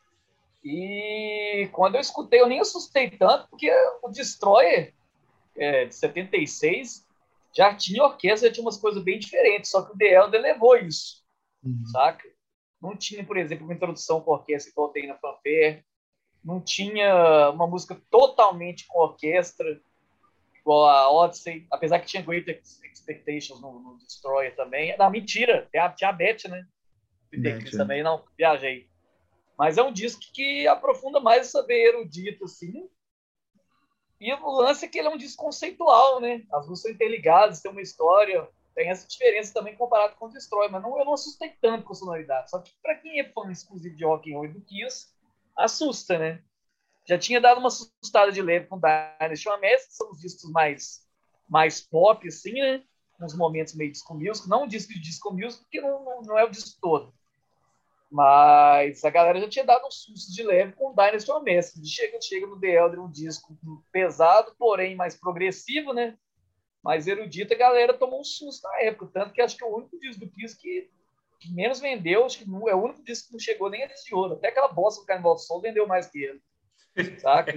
E quando eu escutei, eu nem assustei tanto, porque o Destroyer, de 76, já tinha orquestra, já tinha umas coisas bem diferentes, só que o The Elder levou isso, saca? Não tinha, por exemplo, uma introdução com orquestra igual tem na Fanfare, não tinha uma música totalmente com orquestra, igual a Odyssey, apesar que tinha Great Expectations no Destroyer também. Não, mentira, tinha a Beth, né? Também, não, viajei. Mas é um disco que aprofunda mais essa veia erudita, assim. E o lance é que ele é um disco conceitual, né? As músicas são interligadas, tem uma história, tem essa diferença também comparado com o Destroy, mas eu não assustei tanto com a sonoridade. Só que para quem é fã exclusivo de rock and roll e do Kiss, assusta, né? Já tinha dado uma assustada de leve com Dynasty on Mass, que são os discos mais pop, assim, né? Uns momentos meio disco music, não um disco de disco music, porque não é o disco todo. Mas a galera já tinha dado um susto de leve com Dynasty on Mass. Chega no The Elder, um disco pesado, porém mais progressivo, né? Mais erudito, a galera tomou um susto na época. Tanto que acho que é o único disco do Kiss que menos vendeu, acho que é o único disco que não chegou nem a disco de ouro. Até aquela bosta do Carnival do Sol vendeu mais que ele. Saca?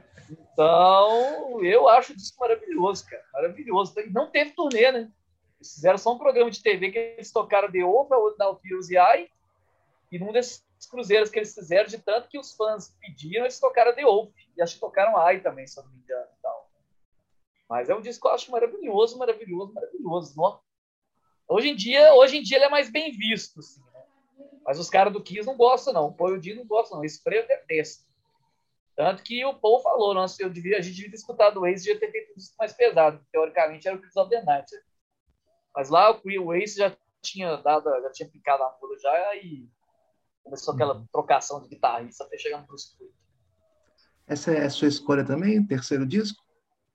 Então, eu acho o disco maravilhoso, cara. Maravilhoso. Não teve turnê, né? Eles fizeram só um programa de TV que eles tocaram The Opa, o Now Feels the Eye. E num desses cruzeiros que eles fizeram, de tanto que os fãs pediram, eles tocaram The Wolf. E acho que tocaram Ai também, se eu não me engano. Tal. Mas é um disco que eu acho maravilhoso, maravilhoso, maravilhoso. Não? Hoje em dia ele é mais bem visto. Assim, né? Mas os caras do Kiss não gostam, não. O Paul e o Dean não gostam, não. Esse eu detesto. Tanto que o Paul falou, a gente devia ter escutado o Ace e devia ter feito um disco mais pesado. Teoricamente era o Chris of the Night. Mas lá o Ace já tinha picado a mula já e começou aquela trocação de guitarrista até chegar no Bruce Kulick. Essa é a sua escolha também, terceiro disco?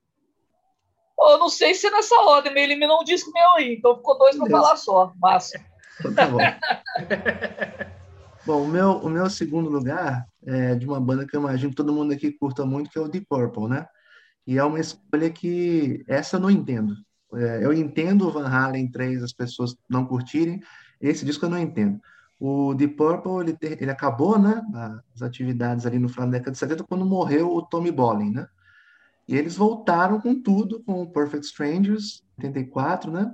Eu não sei se é nessa ordem, ele eliminou um disco meu aí, então ficou dois para falar só. Massa. Então tá bom. Bom, o meu segundo lugar é de uma banda que eu imagino que todo mundo aqui curta muito, que é o Deep Purple, né? E é uma escolha que essa eu não entendo. Eu entendo o Van Halen 3, as pessoas não curtirem, esse disco eu não entendo. O Deep Purple, ele acabou, né, as atividades ali no final da década de 70, quando morreu o Tommy Bolin, né? E eles voltaram com tudo, com o Perfect Strangers, em 84, né?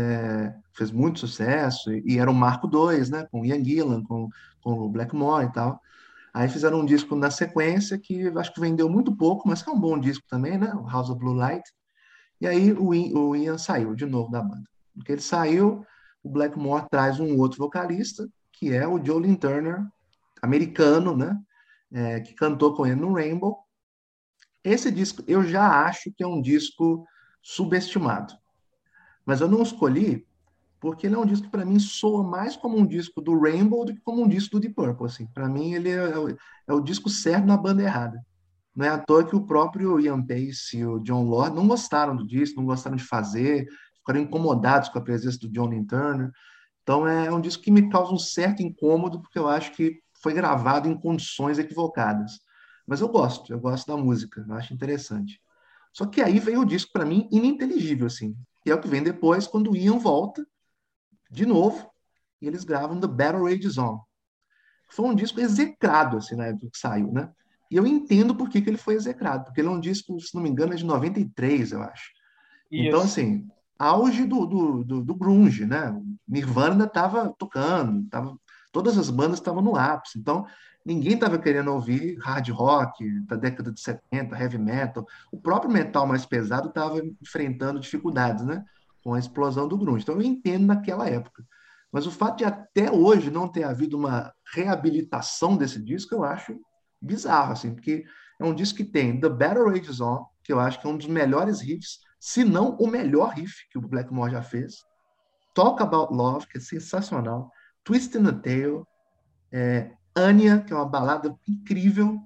Fez muito sucesso, e era o Marco II, né? Com o Ian Gillan, com o Blackmore e tal. Aí fizeram um disco na sequência, que acho que vendeu muito pouco, mas que é um bom disco também, né? O House of Blue Light. E aí o Ian saiu de novo da banda. Porque ele saiu, o Blackmore traz um outro vocalista, que é o Joe Lynn Turner, americano, né? Que cantou com ele no Rainbow. Esse disco eu já acho que é um disco subestimado. Mas eu não escolhi porque ele é um disco que para mim soa mais como um disco do Rainbow do que como um disco do Deep Purple. Assim. Para mim ele é o disco certo na banda errada. Não é à toa que o próprio Ian Pace e o John Lord não gostaram do disco, não gostaram de fazer, ficaram incomodados com a presença do Joe Lynn Turner. Então é um disco que me causa um certo incômodo, porque eu acho que foi gravado em condições equivocadas. Mas eu gosto da música, eu acho interessante. Só que aí veio o disco, para mim, ininteligível, assim. E é o que vem depois, quando o Ian volta, de novo, e eles gravam The Battle Rages On. Foi um disco execrado, assim, na época que saiu, né? E eu entendo por que ele foi execrado, porque ele é um disco, se não me engano, é de 93, eu acho. Isso. Então, assim, auge do grunge, né? O Nirvana ainda estava tocando, todas as bandas estavam no ápice. Então, ninguém estava querendo ouvir hard rock da década de 70, heavy metal. O próprio metal mais pesado estava enfrentando dificuldades, né? Com a explosão do grunge. Então, eu entendo naquela época. Mas o fato de até hoje não ter havido uma reabilitação desse disco, eu acho bizarro, assim, porque é um disco que tem The Battle Rages On, que eu acho que é um dos melhores riffs, se não o melhor riff que o Blackmore já fez. Talk About Love, que é sensacional. Twist in the Tail. Anya, que é uma balada incrível.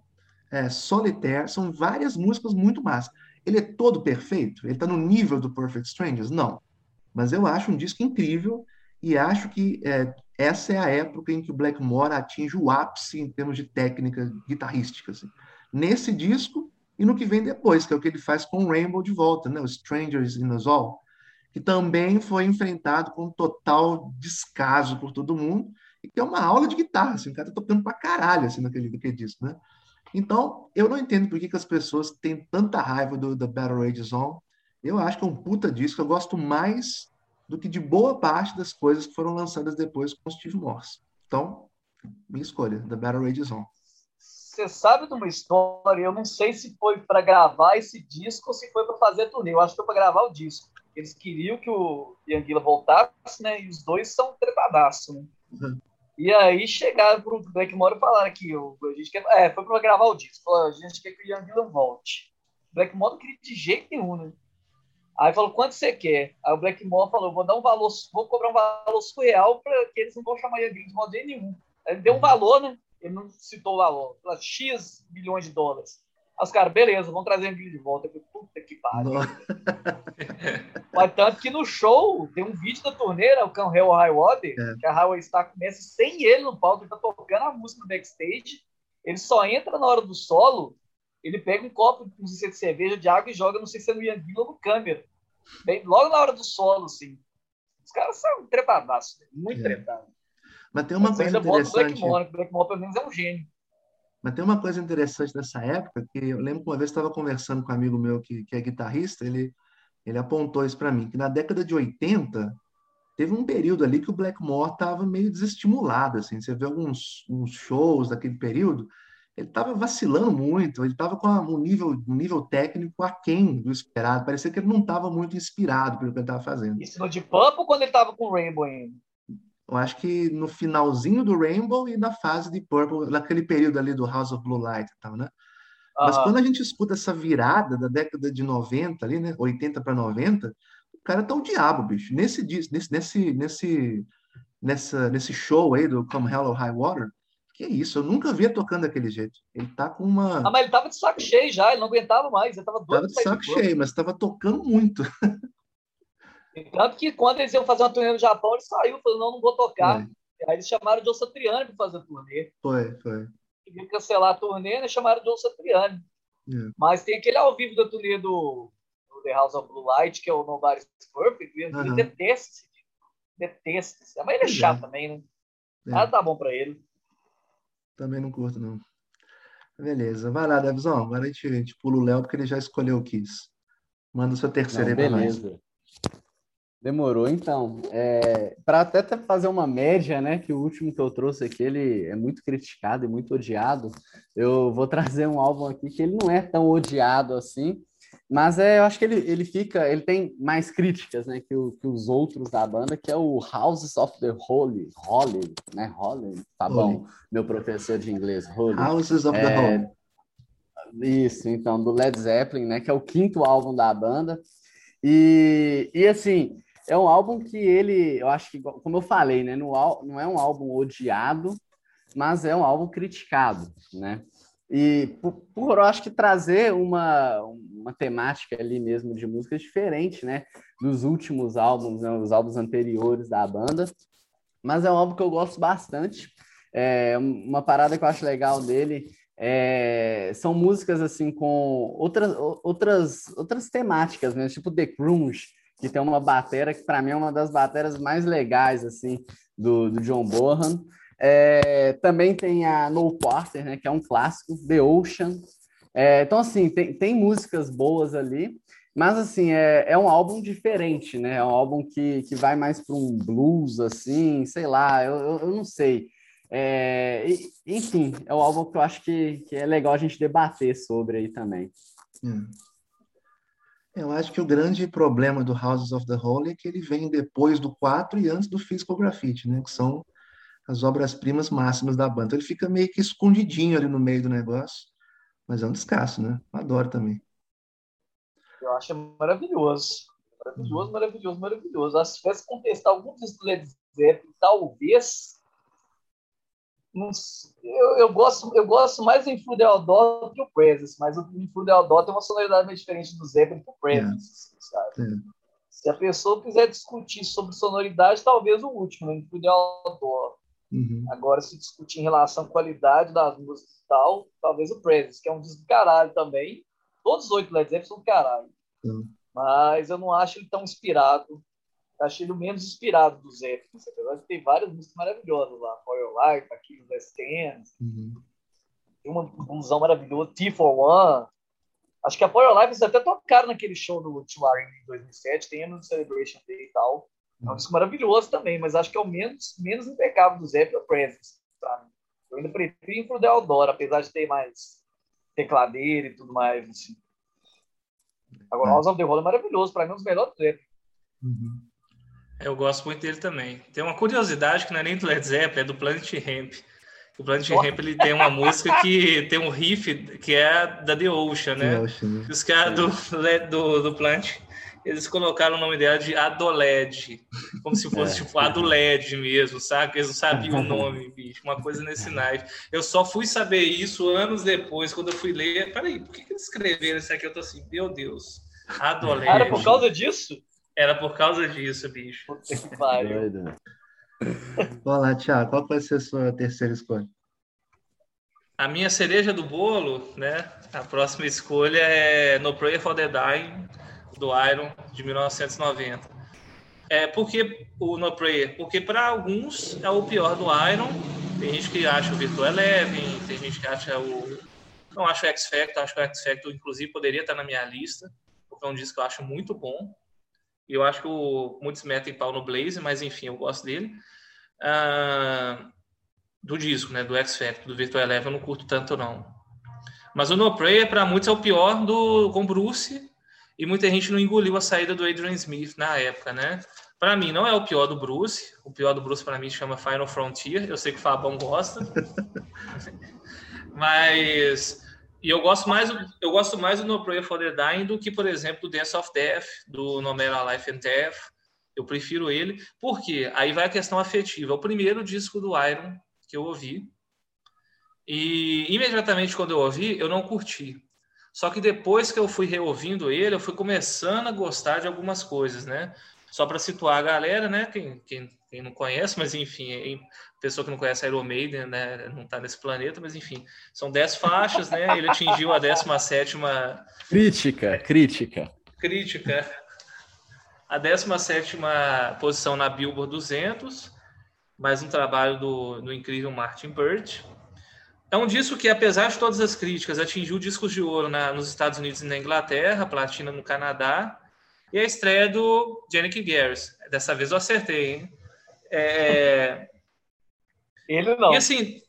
Solitaire, são várias músicas muito massas. Ele é todo perfeito? Ele está no nível do Perfect Strangers? Não. Mas eu acho um disco incrível e acho que essa é a época em que o Blackmore atinge o ápice em termos de técnica guitarrística, assim. Nesse disco e no que vem depois, que é o que ele faz com o Rainbow de volta, né? O Strangers in Us All, que também foi enfrentado com total descaso por todo mundo, e que é uma aula de guitarra, assim, o cara tá tocando pra caralho, assim, naquele disco, né? Então, eu não entendo por que as pessoas têm tanta raiva do The Battle Rages On. Eu acho que é um puta disco, eu gosto mais do que de boa parte das coisas que foram lançadas depois com o Steve Morse. Então, minha escolha, The Battle Rages On. Você sabe de uma história, eu não sei se foi para gravar esse disco ou se foi para fazer turnê. Eu acho que foi para gravar o disco. Eles queriam que o Ianguila voltasse, né? E os dois são trepadaços, né? Uhum. E aí chegaram pro Blackmore e falaram que a gente quer, foi para gravar o disco. Falaram, a gente quer que o Ianguila volte. O Blackmore não queria de jeito nenhum, né? Aí falou, quanto você quer? Aí o Blackmore falou, vou cobrar um valor surreal para que eles não vão chamar Ianguila de modo nenhum. Aí ele deu um valor, né? Ele não citou o valor. X bilhões de dólares. Aí os caras, beleza, vamos trazer Ianguila de volta. Eu falei, puta que pariu. Mas tanto que no show tem um vídeo da turnê, o Come Hell or High Water, que a Highway Star começa sem ele no palco, ele tá tocando a música no backstage, ele só entra na hora do solo, ele pega um copo com de cerveja, de água e joga, não sei se é no Ianguila ou no câmera. Logo na hora do solo, assim. Os caras são trepadaços, muito trepadados. Mas tem uma coisa interessante. O Blackmore, pelo menos, é um gênio. Mas tem uma coisa interessante dessa época, que eu lembro que uma vez estava conversando com um amigo meu que é guitarrista, ele apontou isso para mim, que na década de 80 teve um período ali que o Blackmore estava meio desestimulado, assim. Você vê alguns shows daquele período, ele estava vacilando muito, ele estava com um nível técnico aquém do esperado, parecia que ele não estava muito inspirado pelo que ele estava fazendo. Isso no Deep Purple quando ele estava com o Rainbow ainda? Eu acho que no finalzinho do Rainbow e na fase de Purple, naquele período ali do House of Blue Light e tal, né? Mas quando a gente escuta essa virada da década de 90 ali, né, 80 para 90, o cara tá um diabo, bicho. Nesse show aí do Come Hell or High Water, que é isso, eu nunca via tocando daquele jeito. Ele tá com uma... mas ele tava de saco cheio já, ele não aguentava mais, ele tava doido. Tava de saco cheio, mas tava tocando muito. Tanto que quando eles iam fazer uma turnê no Japão, ele saiu, falou, não vou tocar. Aí eles chamaram o Joe Satriani para fazer a turnê. Foi. Queriam cancelar a turnê, né? Chamaram o Joe Satriani. Mas tem aquele ao vivo da turnê do The House of Blue Light, que é o Nobody's Perfect, e ele detesta esse tipo. Detesta. Mas ele é chato também, né? Nada tá bom para ele. Também não curto, não. Beleza. Vai lá, Davizão. Agora a gente pula o Léo, porque ele já escolheu o Kiss. Manda o seu terceiro aí pra nós. Beleza. Demorou, então. Para até fazer uma média, né, que o último que eu trouxe aqui, ele é muito criticado e muito odiado, eu vou trazer um álbum aqui que ele não é tão odiado assim, mas eu acho que ele tem mais críticas, né, que os outros da banda, que é o Houses of the Holy, né, Holy, tá bom, meu professor de inglês, Holy. Houses of the Holy. Isso, então, do Led Zeppelin, né, que é o quinto álbum da banda, e assim... É um álbum que eu acho que, como eu falei, né, não é um álbum odiado, mas é um álbum criticado, né? E por eu acho que trazer uma temática ali mesmo de música diferente, né, dos últimos álbuns, né, os álbuns anteriores da banda, mas é um álbum que eu gosto bastante. Uma parada que eu acho legal dele são músicas assim com outras temáticas, né, tipo The Grunge, que tem uma batera que para mim é uma das bateras mais legais assim do John Bonham. Também tem a No Quarter, né, que é um clássico, The Ocean. Então assim, tem músicas boas ali, mas assim, é um álbum diferente, né? É um álbum que vai mais para um blues, assim, sei lá, eu não sei. Enfim, é um álbum que eu acho que é legal a gente debater sobre aí também. Eu acho que o grande problema do Houses of the Holy é que ele vem depois do 4 e antes do Physical Graffiti, né? Que são as obras-primas máximas da banda. Então, ele fica meio que escondidinho ali no meio do negócio, mas é um descasso, né? Adoro também. Eu acho maravilhoso. Maravilhoso. Se tivesse contestar algum disco do Led Zeppelin, talvez Eu gosto mais do Influ Deodó do que o Presence, mas o Influ Deodó tem uma sonoridade meio diferente do Zeppelin pro Presence, sabe? Se a pessoa quiser discutir sobre sonoridade, talvez o último, o Influ Deodó. Agora, se discutir em relação à qualidade das músicas e tal, talvez o Presence, que é um disco do caralho também. Todos os 8 Led Zeppelin são do caralho. Mas eu não acho ele tão inspirado. Achei ele o menos inspirado do Zeppelin. Apesar de ter várias músicas maravilhosas lá. For Your Life, aqui, Last Dance. Tem uma blusão maravilhosa, T for One. Acho que a For Your Life eles até tocaram naquele show do Tuaring em 2007. Tem no Celebration Day e tal. É um disco maravilhoso também, mas acho que é o menos impecável do Zeppelin, o Presence. Sabe? Eu ainda prefiro Influ Deodoro, apesar de ter mais tecladeira e tudo mais. Assim. Agora, House of the Roll é maravilhoso. Para mim, é um dos melhores do Zeppelin. Eu gosto muito dele também. Tem uma curiosidade que não é nem do Led Zeppelin, é do Planet Hemp. O Planet Hemp ele tem uma música que tem um riff que é da The Ocean, né? Os caras do Planet, eles colocaram o nome dela de Adoled, como se fosse tipo Adoled mesmo, sabe? Eles não sabiam o nome, bicho, uma coisa nesse naipe. Eu só fui saber isso anos depois, quando eu fui ler. Peraí, por que eles escreveram isso aqui? Eu tô assim, meu Deus, Adoled. Era por causa disso? Era por causa disso, bicho. Puta que pariu. Vamos lá, Thiago, qual vai ser a sua terceira escolha? A minha cereja do bolo, né? A próxima escolha é No Prayer for the Dying, do Iron, de 1990. Por que o No Prayer? Porque para alguns é o pior do Iron. Tem gente que acha o Virtual Eleven, tem gente que acha não acho o X Factor, acho que o X Factor, inclusive, poderia estar na minha lista, porque é um disco que eu acho muito bom. E eu acho que muitos metem pau no Blaze, mas enfim, eu gosto dele. Do disco, né? Do X Factor, do Virtual Eleven, eu não curto tanto, não. Mas o No Prayer, para muitos, é o pior com Bruce, e muita gente não engoliu a saída do Adrian Smith na época, né? Para mim, não é o pior do Bruce. O pior do Bruce, para mim, chama Final Frontier. Eu sei que o Fabão gosta. Mas... E eu gosto mais do No Prayer for the Dying do que, por exemplo, do Dance of Death, do No Matter Life and Death. Eu prefiro ele. Por quê? Aí vai a questão afetiva. É o primeiro disco do Iron que eu ouvi. E imediatamente quando eu ouvi, eu não curti. Só que depois que eu fui reouvindo ele, eu fui começando a gostar de algumas coisas, né? Só para situar a galera, né? Quem não conhece, mas enfim, pessoa que não conhece Iron Maiden, né? Não está nesse planeta, mas enfim, são 10 faixas, né? Ele atingiu a 17ª... Crítica. A 17ª posição na Billboard 200, mais um trabalho do incrível Martin Birch. É um disco que, apesar de todas as críticas, atingiu discos de ouro nos Estados Unidos e na Inglaterra, platina no Canadá, e a estreia do Janick Gers. Dessa vez eu acertei, hein? Ele não. E assim,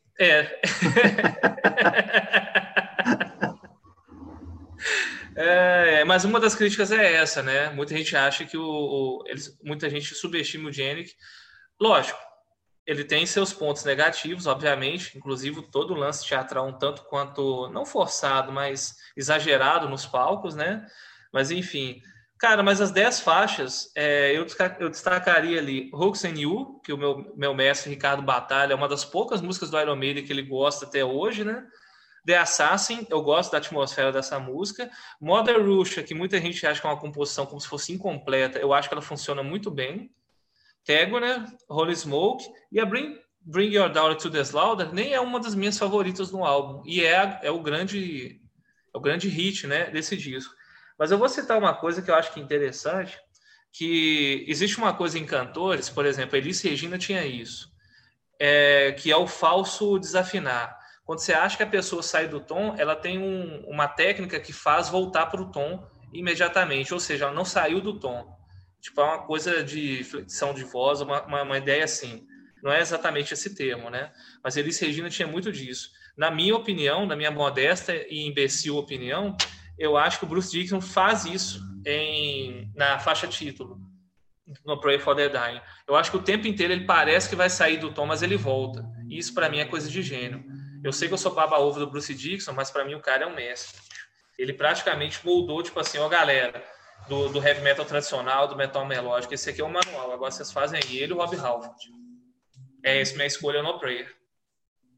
mas uma das críticas é essa, né? Muita gente acha que muita gente subestima o Janick. Lógico, ele tem seus pontos negativos, obviamente, inclusive todo o lance teatral um tanto quanto, não forçado, mas exagerado nos palcos, né? Mas enfim, cara, mas as 10 faixas, eu destacaria ali Hoax and You, que o meu mestre Ricardo Batalha é uma das poucas músicas do Iron Maiden que ele gosta até hoje, né? The Assassin, eu gosto da atmosfera dessa música. Mother Russia, que muita gente acha que é uma composição como se fosse incompleta, eu acho que ela funciona muito bem. Tegoner, Holy Smoke e a Bring Your Daughter to the Slaughter nem é uma das minhas favoritas no álbum, e é o grande hit, né, desse disco. Mas eu vou citar uma coisa que eu acho que é interessante, que existe uma coisa em cantores, por exemplo, a Elis Regina tinha isso, que é o falso desafinar. Quando você acha que a pessoa sai do tom, ela tem uma técnica que faz voltar para o tom imediatamente, ou seja, ela não saiu do tom. Tipo, é uma coisa de flexão de voz, uma ideia assim. Não é exatamente esse termo, né? Mas Elis Regina tinha muito disso. Na minha opinião, na minha modesta e imbecil opinião, eu acho que o Bruce Dickinson faz isso na faixa título, no Pray for the Dying. Eu acho que o tempo inteiro ele parece que vai sair do tom, mas ele volta. E isso, para mim, é coisa de gênio. Eu sei que eu sou baba-ovo do Bruce Dickinson, mas para mim o cara é um mestre. Ele praticamente moldou, tipo assim, galera, do heavy metal tradicional, do metal melódico. Esse aqui é o manual. Agora vocês fazem aí ele e o Rob Halford. Essa minha escolha no Prayer.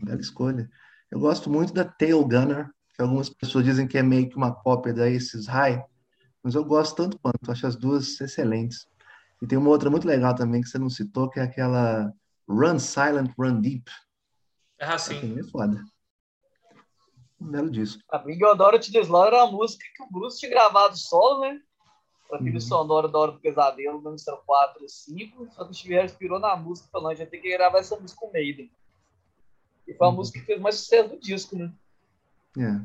Bela escolha. Eu gosto muito da Tail Gunner, que algumas pessoas dizem que é meio que uma cópia da Aces High, mas eu gosto tanto quanto, acho as duas excelentes. E tem uma outra muito legal também que você não citou, que é aquela Run Silent, Run Deep. Sim. Também é foda. Um belo disco. A Bring Your Daughter to the Slaughter era uma música que o Bruce tinha gravado solo, né? Pra trilha sonora da Hora do Pesadelo, no Mr. 4 ou 5, só que o Steve Harris pirou na música, falando, a gente tem que gravar essa música com o Maiden. E foi a música que fez mais sucesso do disco, né? É.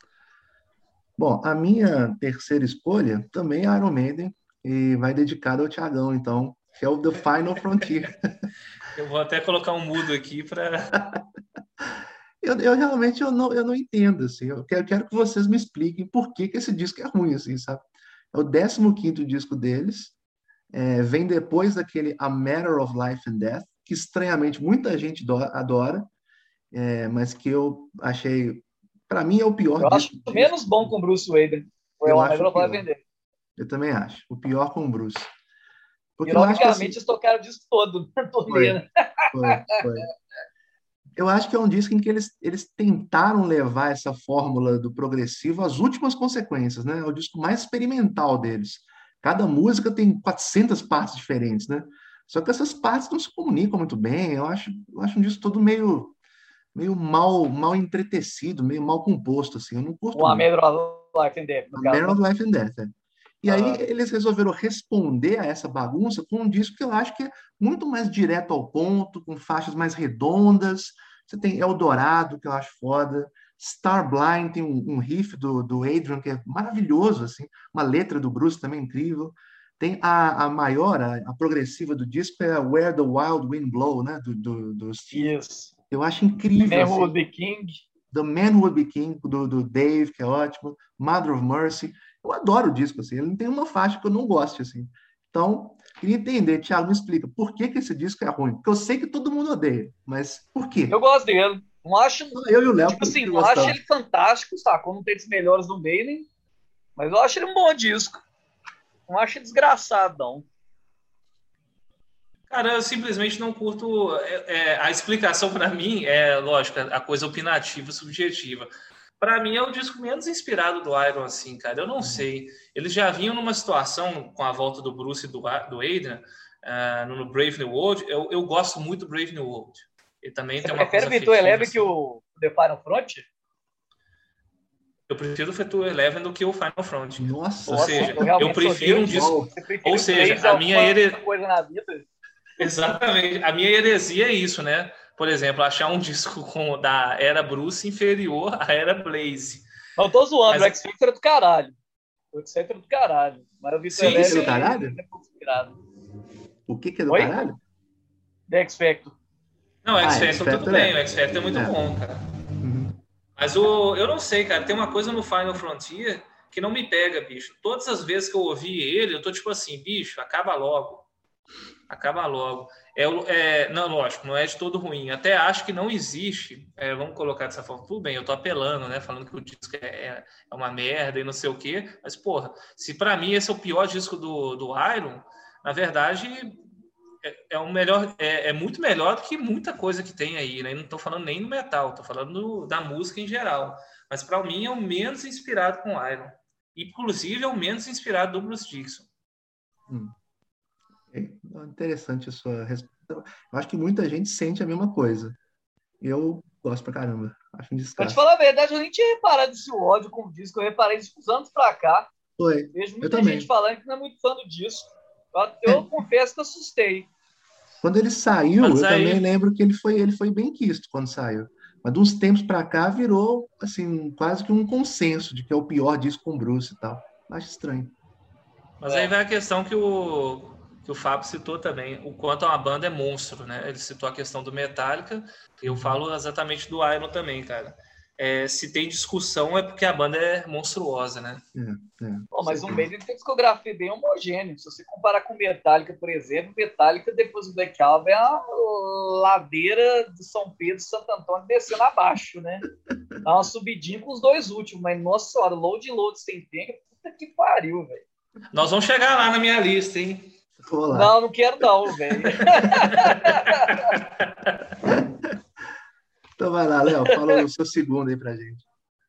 Bom, a minha terceira escolha também é Iron Maiden, e vai dedicada ao Thiagão, então, que é o The Final Frontier. Eu vou até colocar um mudo aqui para... Eu realmente eu não entendo, assim. Eu quero que vocês me expliquem por que esse disco é ruim, assim, sabe? É o 15º disco deles, vem depois daquele A Matter of Life and Death, que estranhamente muita gente adora, mas que eu achei, para mim, é o pior disco. Eu disco. acho menos bom com o Bruce Wayne. Eu acho o pior. Eu também acho. O pior com o Bruce. Porque ironicamente, eles tocaram o disco todo na turnê, né? Foi. Eu acho que é um disco em que eles tentaram levar essa fórmula do progressivo às últimas consequências, né? É o disco mais experimental deles. Cada música tem 400 partes diferentes, né? Só que essas partes não se comunicam muito bem. Eu acho um disco todo meio mal entretecido, meio mal composto, assim. Eu não curto muito. A Matter of Life and Death. A Matter of Life and Death, E aí eles resolveram responder a essa bagunça com um disco que eu acho que é muito mais direto ao ponto, com faixas mais redondas. Você tem Eldorado, que eu acho foda. Starblind tem um riff do Adrian, que é maravilhoso, assim. Uma letra do Bruce também incrível. Tem a maior, a progressiva do disco, é Where the Wild Wind Blow, né? Do Steve. Isso. Eu acho incrível. The Man Who Would Be King. The Man Who Would Be King, do Dave, que é ótimo. Mother of Mercy. Eu adoro o disco, assim. Ele não tem uma faixa que eu não goste, assim. Então, queria entender, Thiago, me explica, por que esse disco é ruim? Porque eu sei que todo mundo odeia, mas por quê? Eu gosto dele. Não acho... Eu e o Léo... Tipo assim, não acho ele fantástico, sacou? Não tem dos melhores do Maiden, mas eu acho ele um bom disco. Não acho ele desgraçado, não. Cara, eu simplesmente não curto... a explicação para mim é, lógico, a coisa opinativa, subjetiva. Para mim é o disco menos inspirado do Iron, assim, cara. Eu não sei. Eles já vinham numa situação com a volta do Bruce e do Adrian no Brave New World. Eu gosto muito do Brave New World. Ele também tem uma coisa... Você prefere o Victor Eleven que o The Final Front? Eu prefiro o Victor Eleven do que o Final Front. Nossa, ou seja, eu prefiro um disco... Ou seja, a minha coisa na vida. Exatamente. A minha heresia é isso, né? Por exemplo, achar um disco da Era Bruce inferior à Era Blaze. Não tô zoando, o X Factor é do caralho. O X Factor é do caralho. Mas o Victor Eleven é do caralho? O que é do caralho? The X Factor. Não, o X Factor tudo bem. O X Factor é muito bom, cara. Mas eu não sei, cara. Tem uma coisa no Final Frontier que não me pega, bicho. Todas as vezes que eu ouvi ele, eu tô tipo assim, bicho, acaba logo. Acaba logo. Não, lógico, não é de todo ruim. Até acho que não existe. Vamos colocar dessa forma. Tudo bem, eu tô apelando, né? Falando que o disco é uma merda e não sei o quê. Mas, porra, se pra mim esse é o pior disco do Iron, na verdade, é muito melhor do que muita coisa que tem aí, né? Não tô falando nem no metal, tô falando da música em geral. Mas pra mim é o menos inspirado com o Iron. Inclusive é o menos inspirado do Bruce Dickinson. Interessante a sua resposta. Eu acho que muita gente sente a mesma coisa. Eu gosto pra caramba. Acho um descasso. Pra te falar a verdade, eu nem tinha reparado esse ódio com o disco. Eu reparei isso uns anos pra cá. Foi. Vejo muita gente falando que não é muito fã do disco. Eu confesso que eu assustei. Quando ele saiu, eu também lembro que ele foi bem quisto quando saiu. Mas de uns tempos pra cá virou assim, quase que um consenso de que é o pior disco com o Bruce e tal. Acho estranho. Mas aí vai a questão que o Fábio citou também, o quanto a banda é monstro, né? Ele citou a questão do Metallica, eu falo exatamente do Iron também, cara. Se tem discussão é porque a banda é monstruosa, né? Mas o Maiden tem discografia bem homogênea. Se você comparar com Metallica, por exemplo, Metallica depois do Black Album é a ladeira de São Pedro e Santo Antônio descendo abaixo, né? Dá uma subidinha com os dois últimos, mas nossa senhora, load sem penga, puta que pariu, velho. Nós vamos chegar lá na minha lista, hein? Não quero não, velho. Então vai lá, Léo, fala o seu segundo aí pra gente.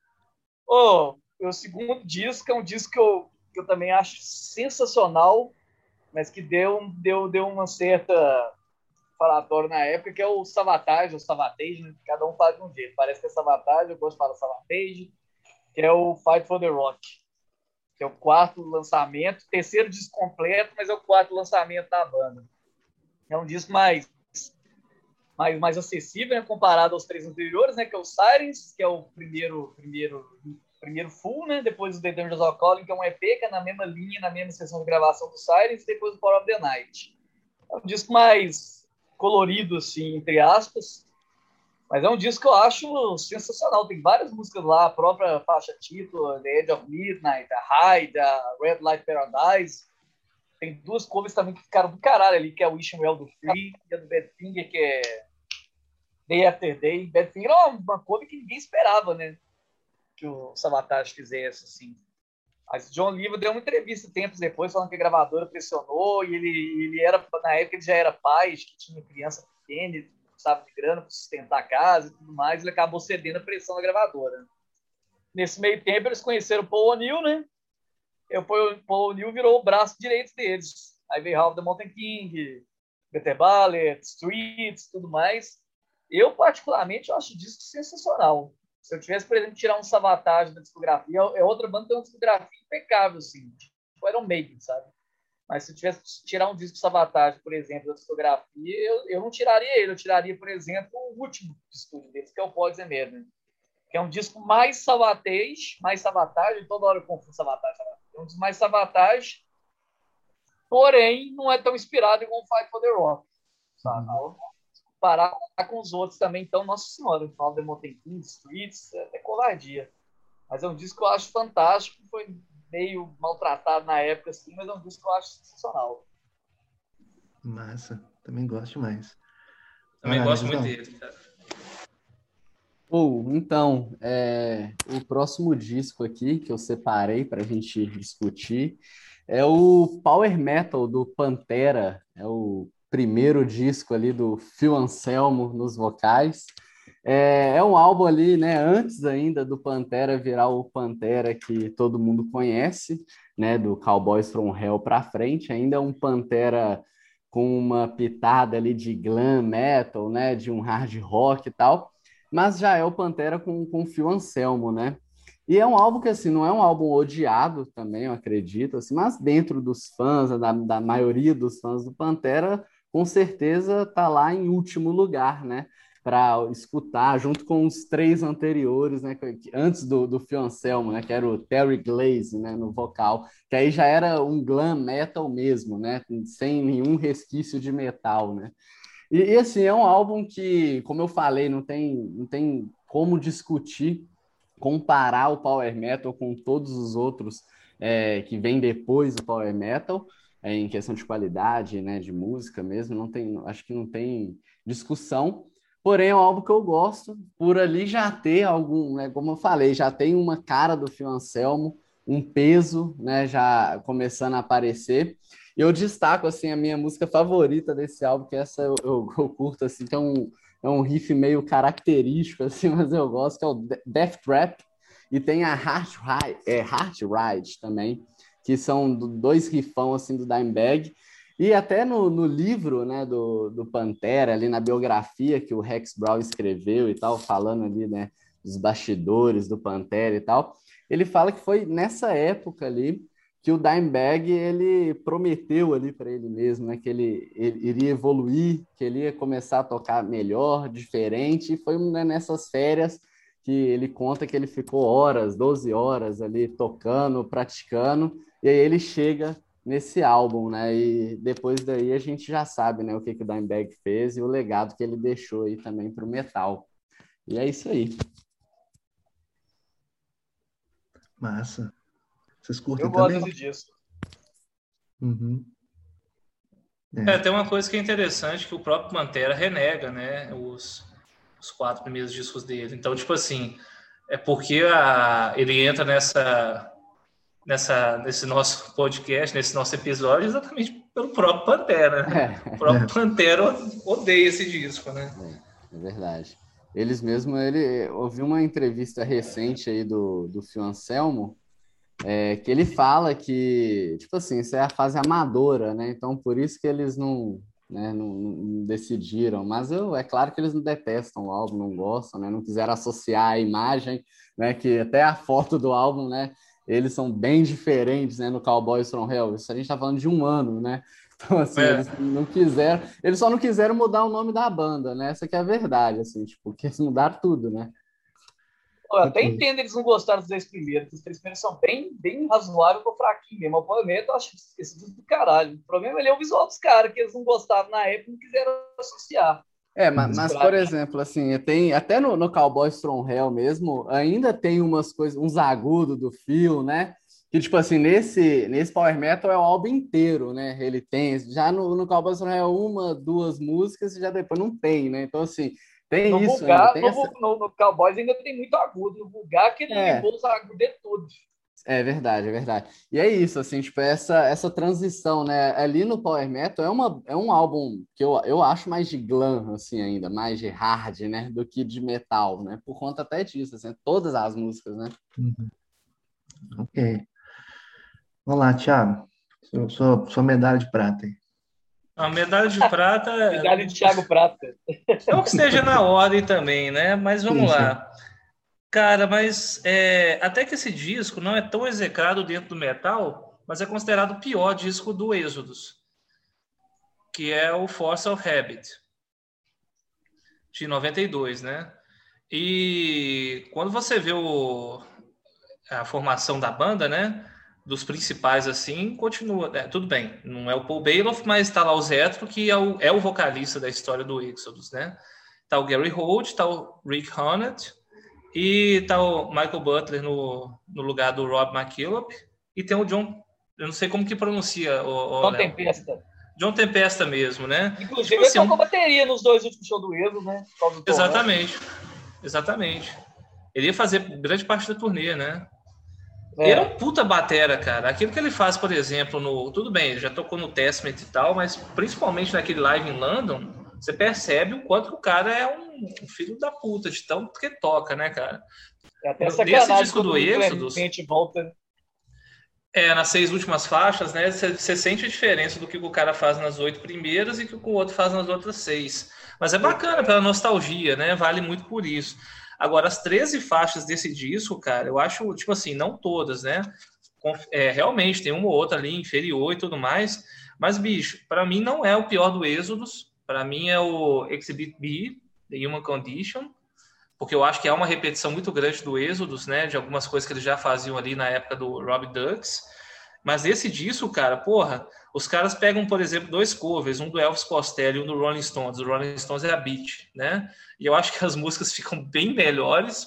O segundo disco é um disco que eu também acho sensacional, mas que deu uma certa falatório na época, que é o Savatage, né? Cada um fala de um jeito. Parece que é Savatage, eu gosto de falar Savatage, que é o Fight for the Rock, que é o quarto lançamento, terceiro disco completo, mas é o quarto lançamento da banda. É um disco mais acessível, né, comparado aos três anteriores, né, que é o Sirens, que é o primeiro full, né, depois o The Dangers of Calling, que é um EP, que é na mesma linha, na mesma sessão de gravação do Sirens, e depois o Power of the Night. É um disco mais colorido, assim, entre aspas, mas é um disco que eu acho sensacional. Tem várias músicas lá, a própria faixa título, The Edge of Midnight, a Hide, a Red Light Paradise. Tem duas covers também que ficaram do caralho ali, que é o Wishing Well do Free e a do Badfinger, que é Day After Day. Badfinger é uma cover que ninguém esperava, né? Que o Savatage fizesse, assim. Mas o John Livre deu uma entrevista tempos depois, falando que a gravadora pressionou, e ele era, na época ele já era pai, que tinha criança pequena, ele precisava de grana para sustentar a casa e tudo mais, ele acabou cedendo a pressão da gravadora. Nesse meio tempo, eles conheceram o Paul O'Neill, né? E o Paul O'Neill virou o braço direito deles. Aí veio Half the Mountain King, Better Ballet, Streets, tudo mais. Eu, particularmente, eu acho o disco sensacional. Se eu tivesse, por exemplo, tirar um Savatage da discografia, é outra banda que tem uma discografia impecável, assim, tipo Iron Maiden, sabe? Mas se eu tivesse que tirar um disco Savatage, por exemplo, da discografia, eu não tiraria ele. Eu tiraria, por exemplo, o último estúdio deles, que é o Poison Madness, que é um disco mais Savatage, toda hora eu confundo Savatage. É um disco mais Savatage, porém não é tão inspirado igual o Fight for the Rock, sabe? Parar com os outros também, então, nossa senhora, eu falo de Mountain King, Streets, é até covardia. Mas é um disco que eu acho fantástico, foi meio maltratado na época, assim, mas é um disco que eu acho sensacional. Massa, também gosto demais. Também gosto muito dele, cara. Então, o próximo disco aqui que eu separei para a gente discutir é o Power Metal do Pantera, é o primeiro disco ali do Phil Anselmo nos vocais. É um álbum ali, né, antes ainda do Pantera virar o Pantera que todo mundo conhece, né, do Cowboys from Hell para frente, ainda é um Pantera com uma pitada ali de glam metal, né, de um hard rock e tal, mas já é o Pantera com o Phil Anselmo, né? E é um álbum que, assim, não é um álbum odiado também, eu acredito, assim, mas dentro dos fãs, da maioria dos fãs do Pantera, com certeza tá lá em último lugar, né? Para escutar, junto com os três anteriores, né? Antes do Phil Anselmo, né? Que era o Terry Glaze, né? No vocal, que aí já era um glam metal mesmo, né? Sem nenhum resquício de metal, né? E assim, é um álbum que, como eu falei, não tem como discutir, comparar o Power Metal com todos os outros que vêm depois do Power Metal, em questão de qualidade, né, de música mesmo, acho que não tem discussão. Porém, é um álbum que eu gosto, por ali já ter algum, né, como eu falei, já tem uma cara do Phil Anselmo, um peso, né, já começando a aparecer. E eu destaco, assim, a minha música favorita desse álbum, que essa eu curto, assim, que é um riff meio característico, assim, mas eu gosto, que é o Death Trap, e tem a Heart Ride também, que são dois riffão, assim, do Dimebag. E até no livro, né, do Pantera, ali na biografia que o Rex Brown escreveu e tal, falando ali, né, dos bastidores do Pantera e tal, ele fala que foi nessa época ali que o Dimebag, ele prometeu ali para ele mesmo, né, que ele iria evoluir, que ele ia começar a tocar melhor, diferente, e foi, né, nessas férias que ele conta que ele ficou 12 horas ali tocando, praticando, e aí ele chega nesse álbum, né? E depois daí a gente já sabe, né, o que o Dimebag fez e o legado que ele deixou aí também para o metal. E é isso aí. Massa. Vocês curtem Eu também? gosto desse disco. Uhum. Tem uma coisa que é interessante, que o próprio Pantera renega, né, os 4 primeiros discos dele. Então, tipo assim, é porque ele entra nesse nosso podcast, nesse nosso episódio, exatamente pelo próprio Pantera, né? O próprio Pantera odeia esse disco, né? É verdade. eles mesmo, ouvi uma entrevista recente aí do Phil Anselmo, que ele fala que, tipo assim, isso é a fase amadora, né? Então, por isso que eles não, né, não decidiram. Mas é claro que eles não detestam o álbum, não gostam, né? Não quiseram associar a imagem, né? Que até a foto do álbum, né? Eles são bem diferentes, né? No Cowboys from Hell. Isso a gente tá falando de um ano, né? Então, assim, eles não quiseram... Eles só não quiseram mudar o nome da banda, né? Essa que é a verdade, assim, tipo, porque eles mudaram tudo, né? Eu até entendo eles não gostaram dos 10 primeiros, porque os 3 primeiros são bem razoáveis ou fraquinhos mesmo. O Power Metal eu acho esse disco do caralho. O problema é o visual dos caras, que eles não gostavam na época e não quiseram associar. Mas por exemplo, assim, tem até no Cowboys from Hell mesmo, ainda tem umas coisas, uns agudos do Phil, né? Que, tipo assim, nesse Power Metal é o álbum inteiro, né? Ele tem, já no Cowboys from Hell, uma, duas músicas, e já depois não tem, né? Então, assim, tem no isso vulgar, ainda. Tem no Cowboys ainda tem muito agudo. No vulgar, que ele limou os agudos de tudo. É verdade, é verdade. E é isso, assim, tipo, essa transição, né? Ali no Power Metal é um álbum que eu acho mais de glam, assim, ainda, mais de hard, né? Do que de metal, né? Por conta até disso, assim, todas as músicas, né? Uhum. Ok. Vamos lá, Thiago. Sua medalha de prata aí. A medalha de prata Medalha de Thiago Prata. é o que esteja na ordem também, né? Mas vamos Sim, lá. Cara, mas até que esse disco não é tão execrado dentro do metal, mas é considerado o pior disco do Exodus, que é o Force of Habit, de 92, né? E quando você vê a formação da banda, né? Dos principais, assim, continua. Tudo bem, não é o Paul Bailoff, mas tá lá o Zetro, que é o vocalista da história do Exodus, né? Tá o Gary Holt, tá o Rick Honett, e tá o Michael Butler no lugar do Rob McKillop. E tem o John... Eu não sei como que pronuncia o John Tempesta. John Tempesta mesmo, né? Inclusive, tipo, ele tocou bateria nos 2 últimos shows do Evo, né? Exatamente. Exatamente. Ele ia fazer grande parte da turnê, né? Ele é um puta batera, cara. Aquilo que ele faz, por exemplo, tudo bem, ele já tocou no Testament e tal, mas principalmente naquele live em London, você percebe o quanto que o cara é um filho da puta, de tão que toca, né, cara? Até nesse disco do Exodus, volta. nas 6 últimas faixas, né, você sente a diferença do que o cara faz nas 8 primeiras e que o outro faz nas outras 6. Mas é bacana pela nostalgia, né? Vale muito por isso. Agora, as 13 faixas desse disco, cara, eu acho, tipo assim, não todas, né? Realmente, tem uma ou outra ali inferior e tudo mais. Mas, bicho, para mim não é o pior do Exodus. Para mim é o Exhibit B, The Human Condition, porque eu acho que é uma repetição muito grande do Exodus, né? De algumas coisas que eles já faziam ali na época do Rob Dux. Mas esse disco, cara, porra, os caras pegam, por exemplo, 2 covers, um do Elvis Costello e um do Rolling Stones. O Rolling Stones é a Beat, né? E eu acho que as músicas ficam bem melhores.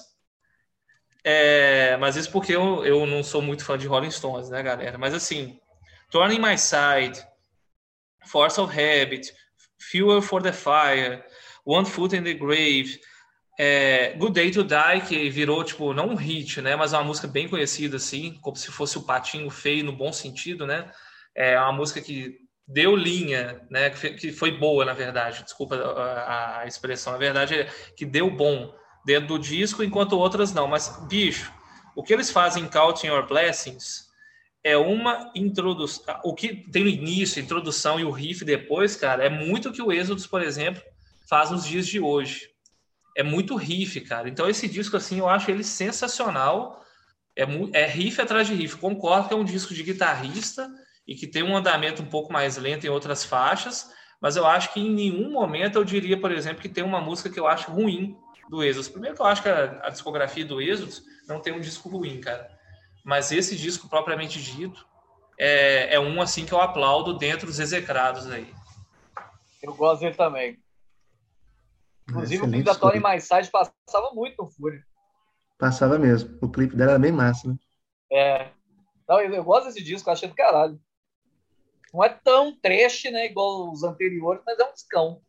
Mas isso porque eu não sou muito fã de Rolling Stones, né, galera? Mas assim, Turning My Side, Force of Habit, Fuel for the Fire, One Foot in the Grave, Good Day to Die, que virou, tipo, não um hit, né? Mas é uma música bem conhecida, assim, como se fosse o Patinho Feio no bom sentido, né? É uma música que deu linha, né? Que foi boa, na verdade. Desculpa a expressão. Na verdade, é que deu bom dentro do disco, enquanto outras não. Mas, bicho, o que eles fazem em Counting Your Blessings é uma introdução. O que tem no início, a introdução e o riff depois, cara, é muito o que o Exodus, por exemplo, faz nos dias de hoje. É muito riff, cara. Então, esse disco, assim, eu acho ele sensacional. É riff atrás de riff. Concordo que é um disco de guitarrista e que tem um andamento um pouco mais lento em outras faixas, mas eu acho que em nenhum momento eu diria, por exemplo, que tem uma música que eu acho ruim do Exodus. Primeiro que eu acho que a discografia do Exodus não tem um disco ruim, cara. Mas esse disco, propriamente dito, é um, assim, que eu aplaudo dentro dos execrados aí. Eu gosto dele também. Inclusive, o clipe da Tony My Side passava muito no Fúria. Passava mesmo. O clipe dela era bem massa, né? Não, eu gosto desse disco, eu achei do caralho. Não é tão trash, né, igual os anteriores, mas é um discão.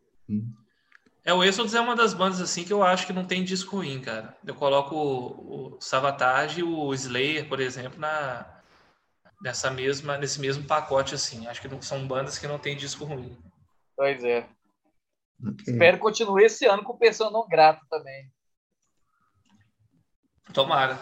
O Exodus é uma das bandas, assim, que eu acho que não tem disco ruim, cara. Eu coloco o Savatage e o Slayer, por exemplo, nesse mesmo pacote, assim. Acho que são bandas que não tem disco ruim. Pois é. Okay. Espero que continue esse ano com Persona não grata também. Tomara.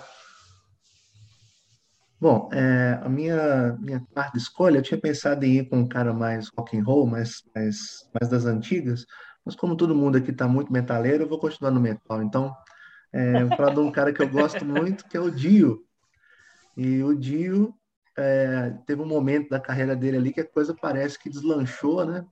Bom, a minha quarta escolha, eu tinha pensado em ir com um cara mais rock and roll, mais das antigas, mas como todo mundo aqui está muito metaleiro, eu vou continuar no metal. Então, vou falar de um cara que eu gosto muito, que é o Dio. E o Dio teve um momento da carreira dele ali que a coisa parece que deslanchou, né?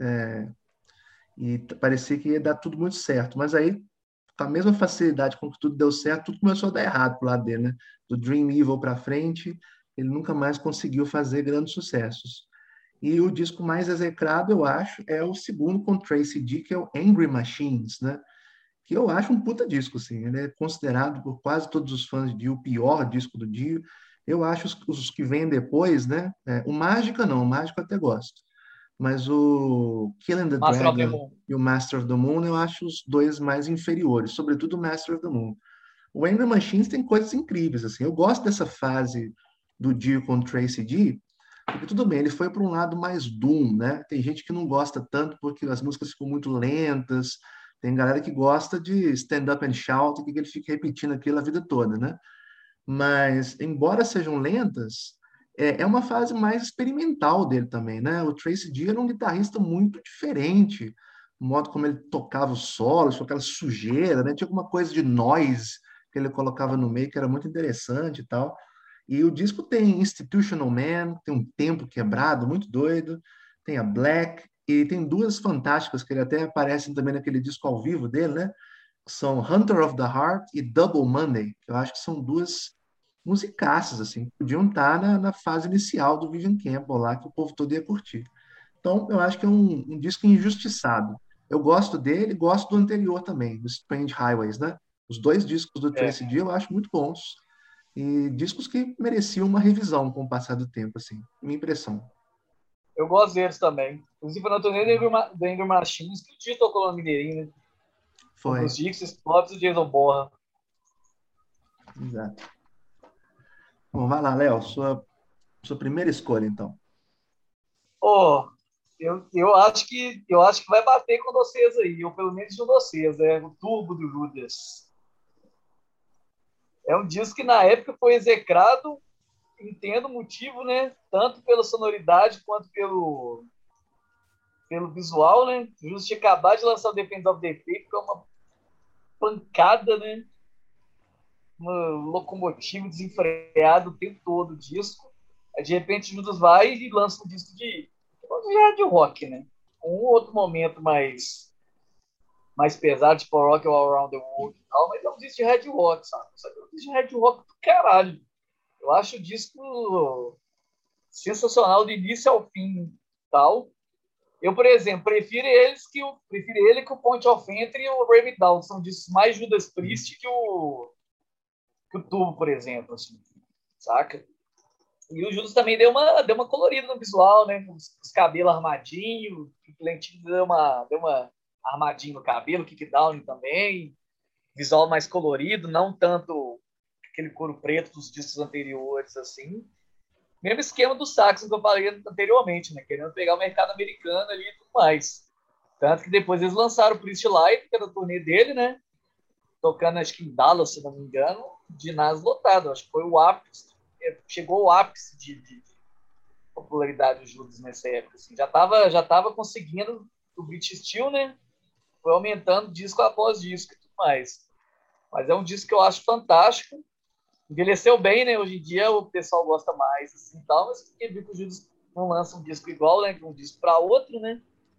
E parecia que ia dar tudo muito certo. Mas aí, com a mesma facilidade com que tudo deu certo, tudo começou a dar errado pro lado dele, né? Do Dream Evil para frente, ele nunca mais conseguiu fazer grandes sucessos. E o disco mais execrado, eu acho, é o segundo com Tracy D, que é o Angry Machines, né? Que eu acho um puta disco, assim. Ele é considerado por quase todos os fãs de Dio o pior disco do Dio. Eu acho os que vêm depois, né? O Mágica não, o Mágica eu até gosto. Mas o Killing the Master of the Dragon Moon. e o Master of the Moon eu acho os dois mais inferiores, sobretudo o Master of the Moon. O Angry Machines tem coisas incríveis, assim. Eu gosto dessa fase do Dio com o Tracy D, porque tudo bem, ele foi para um lado mais doom, né? Tem gente que não gosta tanto porque as músicas ficam muito lentas. Tem galera que gosta de stand up and shout, que ele fica repetindo aquilo a vida toda, né? Mas, embora sejam lentas, é uma fase mais experimental dele também, né? O Tracy D era um guitarrista muito diferente, o modo como ele tocava os solos, com aquela sujeira, né? Tinha alguma coisa de noise que ele colocava no meio que era muito interessante e tal. E o disco tem Institutional Man, tem um tempo quebrado, muito doido, tem a Black, e tem duas fantásticas que ele até aparecem também naquele disco ao vivo dele, né? São Hunter of the Heart e Double Monday, que eu acho que são duas musicaças, assim, que podiam estar na fase inicial do Vivian Campbell lá, que o povo todo ia curtir. Então, eu acho que é um disco injustiçado. Eu gosto dele, gosto do anterior também, do Strange Highways, né? Os dois discos do Tracy D eu acho muito bons. E discos que mereciam uma revisão com o passar do tempo, assim, minha impressão. Eu gosto deles também. Inclusive, na turnê do Angry Machines, que o Tito tocou no Mineirinho, né? Foi. Os Dixie Pops e o Jason Borra. Exato. Bom, vai lá, Léo, sua primeira escolha, então. Eu acho que vai bater com vocês aí, ou pelo menos de vocês, né? O Turbo do Judas. É um disco que na época foi execrado, entendo o motivo, né? Tanto pela sonoridade quanto pelo visual, né? O Judas tinha acabado de lançar o Defense of the Faith, que é uma pancada, né? Uma locomotiva desenfreada o tempo todo o disco. Aí, de repente, o Judas vai e lança um disco de rock, né? Um outro momento mais pesado, tipo Rock All Around the World e tal, mas é um disco de Red Rock, sabe? Só que é um disco de Red Rock do caralho. Eu acho o disco sensacional do início ao fim tal. Eu, por exemplo, prefiro ele que o Point of Entry e o Brave Down. São discos mais Judas Priest que o Turbo, por exemplo, assim, saca? E o Judas também deu uma colorida no visual, né? Os cabelos armadinhos, o Lentinho deu uma armadinho no cabelo, o Kick Down também, visual mais colorido, não tanto aquele couro preto dos discos anteriores, assim. Mesmo esquema do Saxon que eu falei anteriormente, né? Querendo pegar o mercado americano ali e tudo mais. Tanto que depois eles lançaram o Priest Live, que era o turnê dele, né? Tocando, acho que em Dallas, se não me engano, ginásio lotado. Acho que foi o ápice, chegou o ápice de popularidade do Judas nessa época. Assim. Já tava conseguindo o British Steel, né? Foi aumentando disco após disco e tudo mais. Mas é um disco que eu acho fantástico. Envelheceu bem, né? Hoje em dia o pessoal gosta mais, assim, tal, mas porque viu que o Judas não lança um disco igual, né? Um disco para outro, né?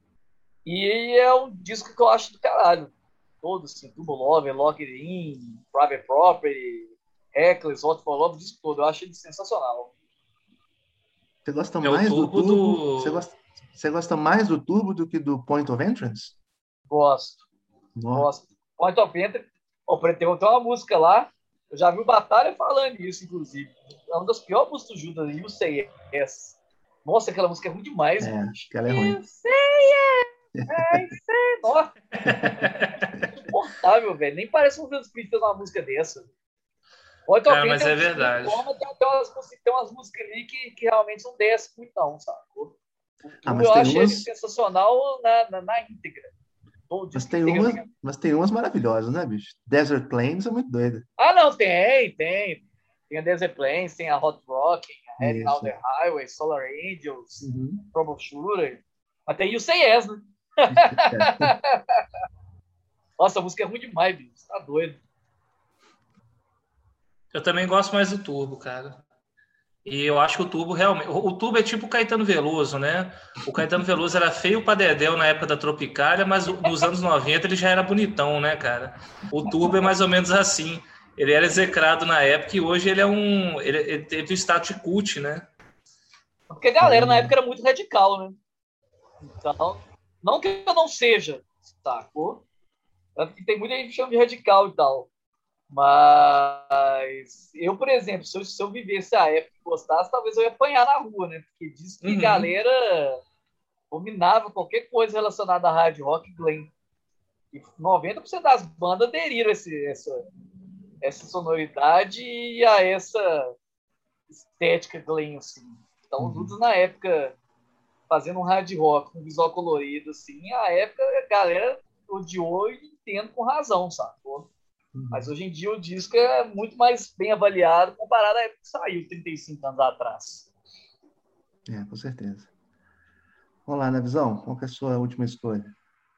E é um disco que eu acho do caralho. Todos, assim, Turbo Love, Lock It In, Private Property, Reckless, Hot for Love, o disco todo. Eu acho ele sensacional. Você gosta mais do Turbo? Você gosta mais do Turbo do que do Point of Entrance? Gosto. Point of Entry, tem uma música lá, eu já vi o Batalha falando isso, inclusive. É uma das piores músicas do Judas, You Say Yes. Nossa, aquela música é ruim demais, mano. Acho que ela é ruim. You Say Yes, I say... Nossa. Insuportável, velho. Nem parece um Judas Priest fez uma música dessa. Mas é verdade. Tem umas músicas ali que realmente não descem muito, não, sabe? Mas eu achei ele sensacional na íntegra. Mas tem umas maravilhosas, né, bicho? Desert Plains é muito doida. Ah, não, tem. Tem a Desert Plains, tem a Hot Rockin', a Heading Down the Highway, Solar Angels, Troubleshooter. Mas tem o Say Yes, né? Nossa, a música é ruim demais, bicho. Tá doido. Eu também gosto mais do Turbo, cara. E eu acho que o Turbo realmente... O Turbo é tipo o Caetano Veloso, né? O Caetano Veloso era feio pra dedéu na época da Tropicália, mas nos anos 90 ele já era bonitão, né, cara? O Turbo é mais ou menos assim. Ele era execrado na época e hoje ele é ele teve o status de cult, né? Porque a galera na época era muito radical, né? Então, não que eu não seja, sacou? Tanto que tem muita gente que chama de radical e tal. Mas eu, por exemplo, se eu vivesse a época e gostasse, talvez eu ia apanhar na rua, né? Porque diz que a galera dominava qualquer coisa relacionada a hard rock e glam. E 90% das bandas aderiram essa sonoridade e a essa estética glam, assim. Então, todos na época, fazendo um hard rock com visual colorido, assim, a época a galera odiou e entendo com razão, sacou? Mas hoje em dia o disco é muito mais bem avaliado comparado à época que saiu 35 anos atrás. Com certeza. Vamos lá, Visão, qual que é a sua última escolha?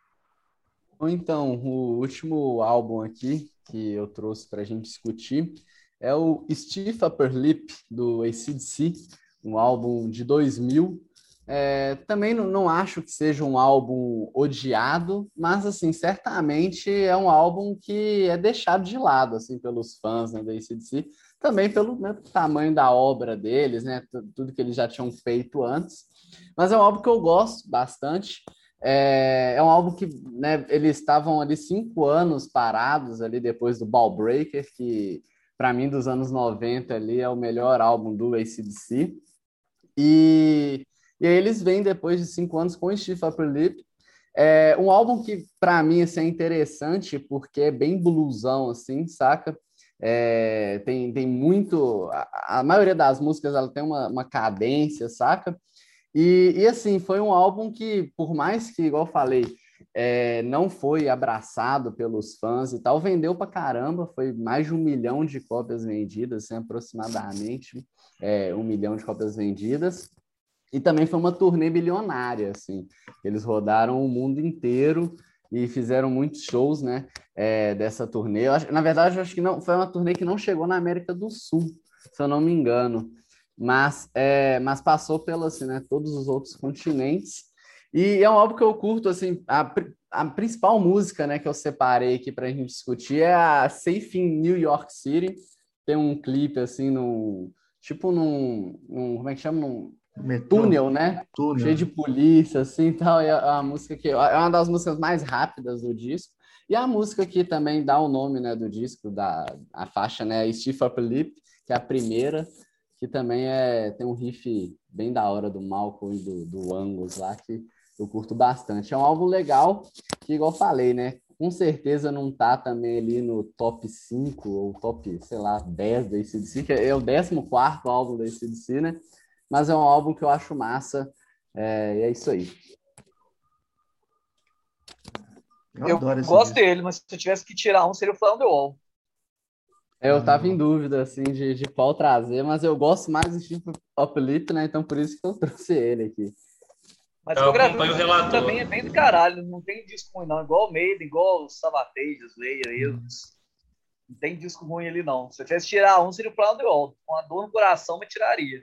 Então, o último álbum aqui que eu trouxe para a gente discutir é o Stiff Upper Lip, do AC/DC, um álbum de 2000. Também não acho que seja um álbum odiado, mas assim, certamente é um álbum que é deixado de lado assim, pelos fãs, né, do AC/DC, também pelo, né, tamanho da obra deles, né, tudo que eles já tinham feito antes. Mas é um álbum que eu gosto bastante. É um álbum que, né, eles estavam ali 5 anos parados ali depois do Ball Breaker, que para mim dos anos 90 ali é o melhor álbum do AC/DC. E aí eles vêm depois de 5 anos com o Stiff Upper Lip. Um álbum que, para mim, assim, é interessante porque é bem bluesão, assim, saca? Tem muito... A maioria das músicas ela tem uma cadência, saca? E, assim, foi um álbum que, por mais que, igual eu falei, não foi abraçado pelos fãs e tal, vendeu pra caramba, foi mais de 1 milhão de cópias vendidas, assim, aproximadamente 1 milhão de cópias vendidas. E também foi uma turnê bilionária, assim. Eles rodaram o mundo inteiro e fizeram muitos shows, né, dessa turnê. Na verdade, eu acho que não, foi uma turnê que não chegou na América do Sul, se eu não me engano. Mas passou pelos, assim, né, todos os outros continentes. E é um álbum que eu curto, assim, a principal música, né, que eu separei aqui para a gente discutir é a Safe in New York City. Tem um clipe, assim, como é que chama? Túnel, né? Túnel. Cheio de polícia, assim, tal. E a música que é uma das músicas mais rápidas do disco. E a música que também dá o nome, né, do disco, a faixa, né, Stiff Upper Lip, que é a primeira, que também tem um riff bem da hora do Malcolm e do Angus lá, que eu curto bastante. É um álbum legal, que igual eu falei, né? Com certeza não tá também ali no top 5 ou top, sei lá, 10 da AC/DC, que é o 14º álbum da AC/DC, né? Mas é um álbum que eu acho massa, e é isso aí. Eu gosto dele, mas se eu tivesse que tirar um, seria o Fly on the Wall. Eu tava em dúvida, assim, de qual trazer, mas eu gosto mais do Stiff Upper Lip, né? Então por isso que eu trouxe ele aqui. Mas eu acompanho o relator. Também é bem do caralho, não tem disco ruim não, igual o Maiden, igual o Savatage, Slayer, eles. Não tem disco ruim ali não. Se eu tivesse que tirar um, seria o Fly on the Wall. Com a dor no coração, eu tiraria.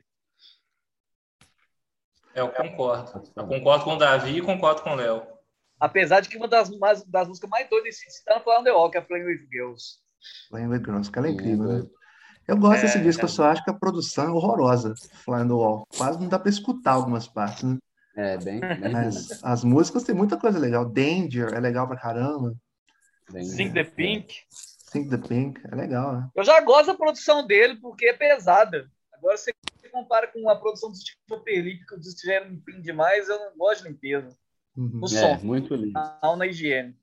Eu concordo. Eu concordo com o Davi e concordo com o Léo. Apesar de que uma das músicas mais doidas está no Fly on the Wall, que é Playing with Girls. Playing with Girls, que ela é incrível, né? Eu gosto desse disco, eu só acho que a produção é horrorosa, Fly on the Wall. Quase não dá para escutar algumas partes, né? Bem Mas as músicas tem muita coisa legal. Danger é legal pra caramba. Sing the Pink. Sing the Pink é legal, né? Eu já gosto da produção dele porque é pesada. Agora você compara com a produção do Stiff Upper Lip, que o disco já era limpinho demais, eu não gosto de limpeza. No som. Muito lindo. Não na higiene.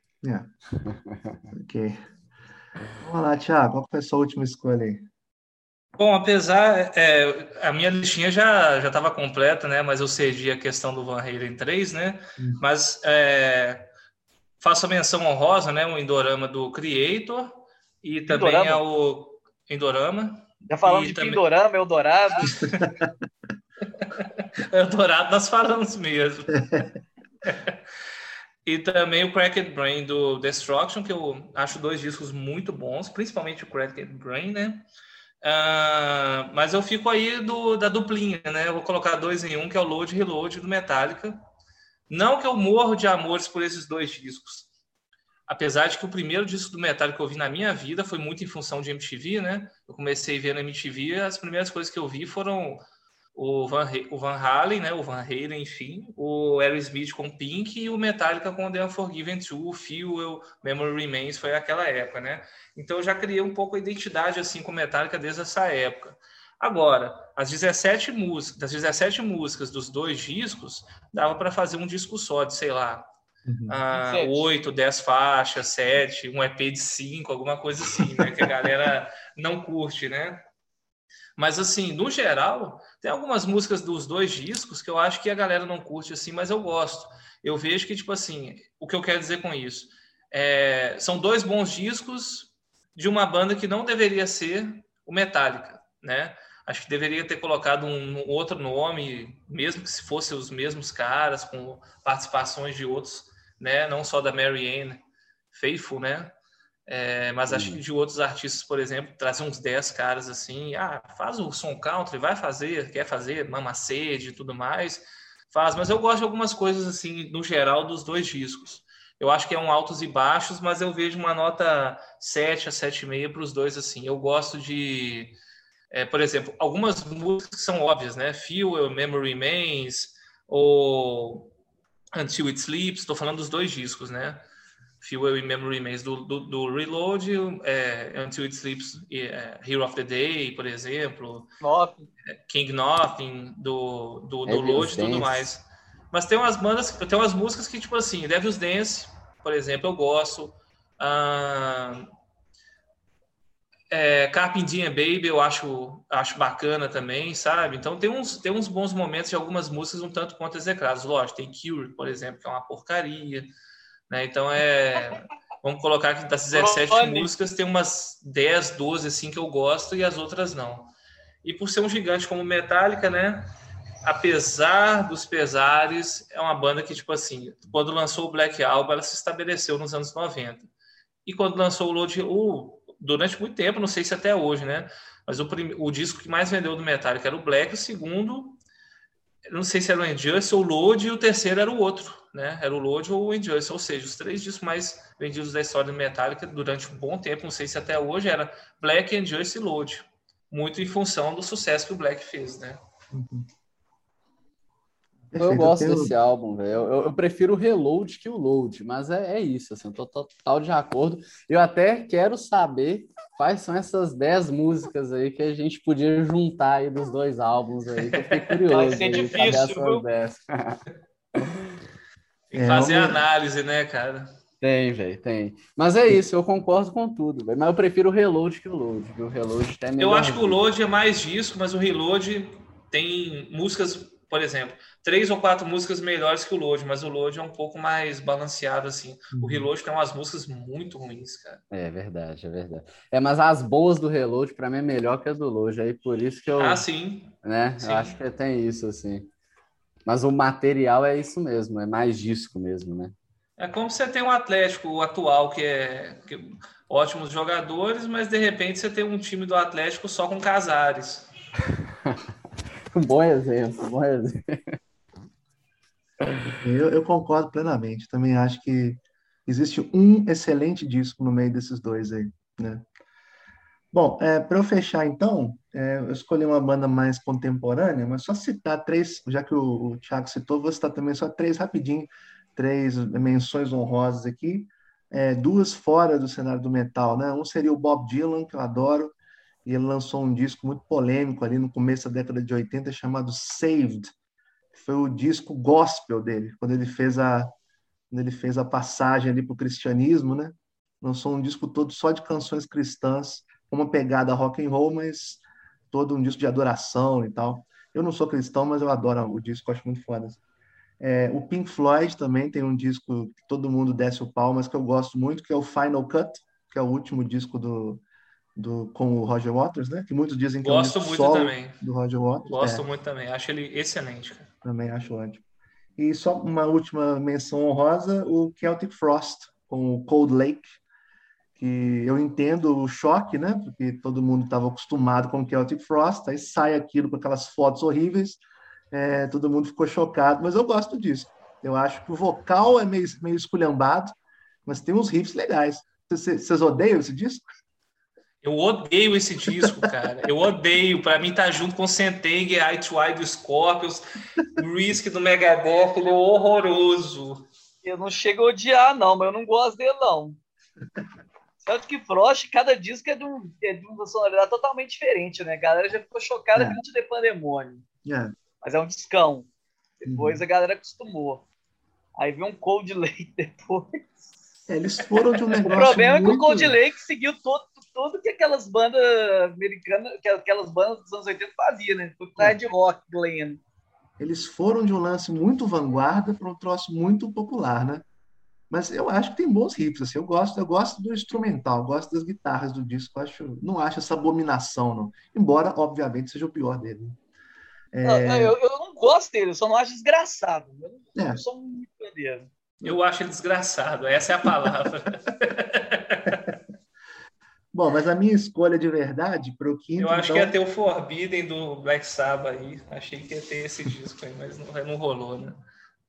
Ok. Vamos lá, Thiago, qual foi a sua última escolha aí? Bom, apesar, a minha listinha já estava completa, né? Mas eu cedi a questão do Van Halen 3, né? Mas faço a menção honrosa, né? O Indorama do Creator e também Indorama? é o Indorama. Já falamos E de também... Pindorama, Eldorado. Eldorado nós falamos mesmo. E também o Cracked Brain do Destruction, que eu acho 2 discos muito bons, principalmente o Cracked Brain, né? Mas eu fico aí da duplinha, né? Eu vou colocar 2 em 1, que é o Load e Reload do Metallica. Não que eu morro de amores por esses 2 discos. Apesar de que o primeiro disco do Metallica que eu vi na minha vida foi muito em função de MTV, né? Eu comecei vendo MTV e as primeiras coisas que eu vi foram o Van Halen, né? O Van Halen, enfim, o Aerosmith com Pink e o Metallica com The Unforgiven 2, Fuel, Memory Remains, foi aquela época, né? Então eu já criei um pouco a identidade assim com Metallica desde essa época. Agora, das 17 músicas dos 2 discos, dava para fazer um disco só de, sei lá, 8, 10 faixas, 7, um EP de 5, alguma coisa assim, né? Que a galera não curte, né? Mas, assim, no geral, tem algumas músicas dos 2 discos que eu acho que a galera não curte, assim, mas eu gosto. Eu vejo que, tipo assim, o que eu quero dizer com isso? São 2 bons discos de uma banda que não deveria ser o Metallica, né? Acho que deveria ter colocado um outro nome, mesmo que se fossem os mesmos caras, com participações de outros, né? Não só da Marianne Faithfull, né? Mas acho que de outros artistas, por exemplo, trazer uns 10 caras assim, faz o som country, quer fazer, Mama Sede e tudo mais, faz, mas eu gosto de algumas coisas assim, no geral, dos 2 discos. Eu acho que é um altos e baixos, mas eu vejo uma nota 7 a 7,5 para os 2, assim. Eu gosto de, por exemplo, algumas músicas que são óbvias, né? Fuel, Memory Remains, ou Until It Sleeps, estou falando dos 2 discos, né? Fuel e Memory Remains do Reload, Until It Sleeps, Hero of the Day, por exemplo, King Nothing, do Load e tudo mais. Mas tem umas músicas que, tipo assim, Devil's Dance, por exemplo, eu gosto. Carpintinha Baby eu acho bacana também, sabe? Então tem uns bons momentos de algumas músicas um tanto quanto execradas. Lógico, tem Cure, por exemplo, que é uma porcaria. Né? Então, vamos colocar que das 17 músicas tem umas 10, 12 assim que eu gosto e as outras não. E por ser um gigante como Metallica, né? Apesar dos pesares, é uma banda que, tipo assim, quando lançou o Black Album, ela se estabeleceu nos anos 90. E quando lançou o Load, durante muito tempo, não sei se até hoje, né? Mas o disco que mais vendeu do Metallica era o Black, o segundo, não sei se era o Injustice ou o Load, e o terceiro era o outro, né? Era o Load ou o Injustice, ou seja, os 3 discos mais vendidos da história do Metallica durante um bom tempo, não sei se até hoje, era Black, Injustice e Load. Muito em função do sucesso que o Black fez, né? Eu gosto desse álbum, velho. Eu prefiro o Reload que o Load, mas é isso, assim, eu tô total de acordo. Eu até quero saber quais são essas 10 músicas aí que a gente podia juntar aí dos 2 álbuns aí, que eu fiquei curioso. Vai ser difícil, viu? Tem que fazer análise, né, cara? Tem, velho, tem. Mas é isso, eu concordo com tudo, velho. Mas eu prefiro o Reload que o Load, porque o Reload tá melhor. Eu acho que o Load é mais disco, mas o Reload tem músicas, por exemplo, 3 ou 4 músicas melhores que o Load, mas o Load é um pouco mais balanceado, assim. O Reload tem umas músicas muito ruins, cara. É verdade, é verdade. Mas as boas do Reload, pra mim, é melhor que as do Load, aí por isso que eu... sim. Né? Sim. Eu acho que tem isso, assim. Mas o material é isso mesmo, é mais disco mesmo, né? É como você tem um Atlético atual que ótimos jogadores, mas de repente você tem um time do Atlético só com Casares. Bom exemplo, bom exemplo. Eu concordo plenamente. Também acho que existe um excelente disco no meio desses 2 aí, né? Bom, para eu fechar então, eu escolhi uma banda mais contemporânea, mas só citar 3, já que o Thiago citou, vou citar também só 3 rapidinho, 3 menções honrosas aqui, 2 fora do cenário do metal, né? Um seria o Bob Dylan, que eu adoro, e ele lançou um disco muito polêmico ali no começo da década de 80, chamado Saved, que foi o disco gospel dele, quando ele fez a passagem ali para o cristianismo, né? Lançou um disco todo só de canções cristãs, com uma pegada rock and roll, mas todo um disco de adoração e tal. Eu não sou cristão, mas eu adoro o disco, acho muito foda. O Pink Floyd também tem um disco que todo mundo desce o pau, mas que eu gosto muito, que é o Final Cut, que é o último disco com o Roger Waters, né? Que muitos dizem que é um Gosto disco muito solo também. do Roger Waters. Gosto muito também. Acho ele excelente, cara. Também acho ótimo. E só uma última menção honrosa, o Celtic Frost, com o Cold Lake, que eu entendo o choque, né? Porque todo mundo estava acostumado com o Celtic Frost, aí sai aquilo com aquelas fotos horríveis, todo mundo ficou chocado, mas eu gosto disso. Eu acho que o vocal é meio esculhambado, mas tem uns riffs legais. Vocês odeiam esse disco? Eu odeio esse disco, cara. Eu odeio. Pra mim tá junto com o Centengue, Eye to Eye do Scorpions, o Risk do Megadeth, ele é horroroso. Eu não chego a odiar, não, mas eu não gosto dele, não. Celtic Frost, cada disco é de uma sonoridade totalmente diferente, né? A galera já ficou chocada com o The Pandemonium. Mas é um discão. Depois a galera acostumou. Aí veio um Cold Lake depois. Eles foram de um negócio. O problema é que o Cold Lake seguiu tudo que aquelas bandas americanas, que aquelas bandas dos anos 80 faziam, né? Foi hard rock, glam. Eles foram de um lance muito vanguarda para um troço muito popular, né? Mas eu acho que tem bons riffs, assim. Eu gosto do instrumental, gosto das guitarras do disco. Não acho essa abominação, não. Embora, obviamente, seja o pior dele. Eu não gosto dele, eu só não acho desgraçado. Eu não sou muito fã dele. Eu acho ele desgraçado, essa é a palavra. Bom, mas a minha escolha de verdade para o quinto... Eu acho que ia ter o Forbidden do Black Sabbath aí. Achei que ia ter esse disco aí, mas não rolou, né?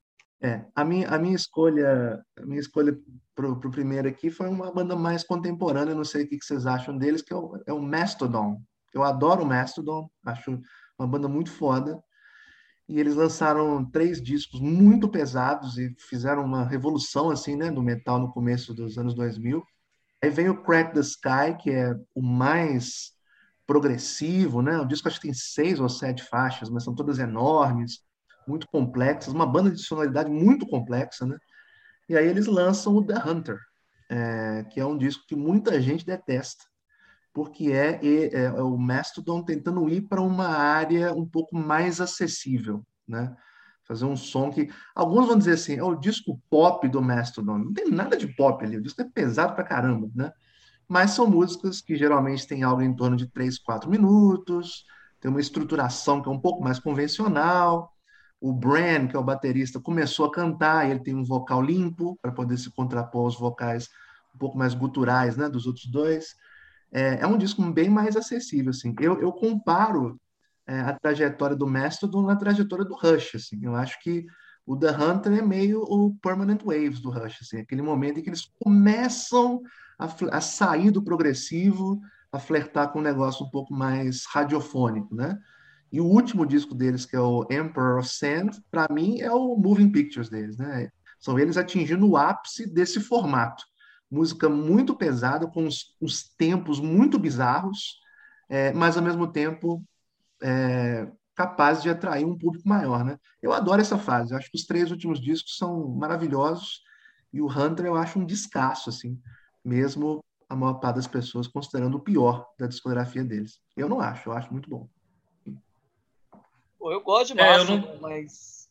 A minha escolha para o primeiro aqui foi uma banda mais contemporânea, não sei o que vocês acham deles, que é o Mastodon. Eu adoro o Mastodon, acho uma banda muito foda. E eles lançaram 3 discos muito pesados e fizeram uma revolução assim, né, do metal no começo dos anos 2000. Aí vem o Crack the Sky, que é o mais progressivo, né? O disco acho que tem 6 ou 7 faixas, mas são todas enormes, muito complexas, uma banda de sonoridade muito complexa, né? E aí eles lançam o The Hunter, que é um disco que muita gente detesta, porque é o Mastodon tentando ir para uma área um pouco mais acessível, né? Fazer um som que... Alguns vão dizer assim, é o disco pop do Mastodon. Não tem nada de pop ali, o disco é pesado pra caramba, né? Mas são músicas que geralmente têm algo em torno de 3, 4 minutos, tem uma estruturação que é um pouco mais convencional. O Bran, que é o baterista, começou a cantar, e ele tem um vocal limpo para poder se contrapor aos vocais um pouco mais guturais, né, dos outros dois. É um disco bem mais acessível, assim. Eu comparo a trajetória do Mastodon na trajetória do Rush, assim. Eu acho que o The Hunter é meio o Permanent Waves do Rush, assim, aquele momento em que eles começam a sair do progressivo, a flertar com um negócio um pouco mais radiofônico, né? E o último disco deles, que é o Emperor of Sand, para mim é o Moving Pictures deles, né? São eles atingindo o ápice desse formato. Música muito pesada, com uns tempos muito bizarros, mas ao mesmo tempo capaz de atrair um público maior, né? Eu adoro essa fase. Eu acho que os 3 últimos discos são maravilhosos e o Hunter eu acho um descasso, assim, mesmo a maior parte das pessoas considerando o pior da discografia deles. Eu não acho, eu acho muito bom. Pô, eu gosto de Mastodon, mas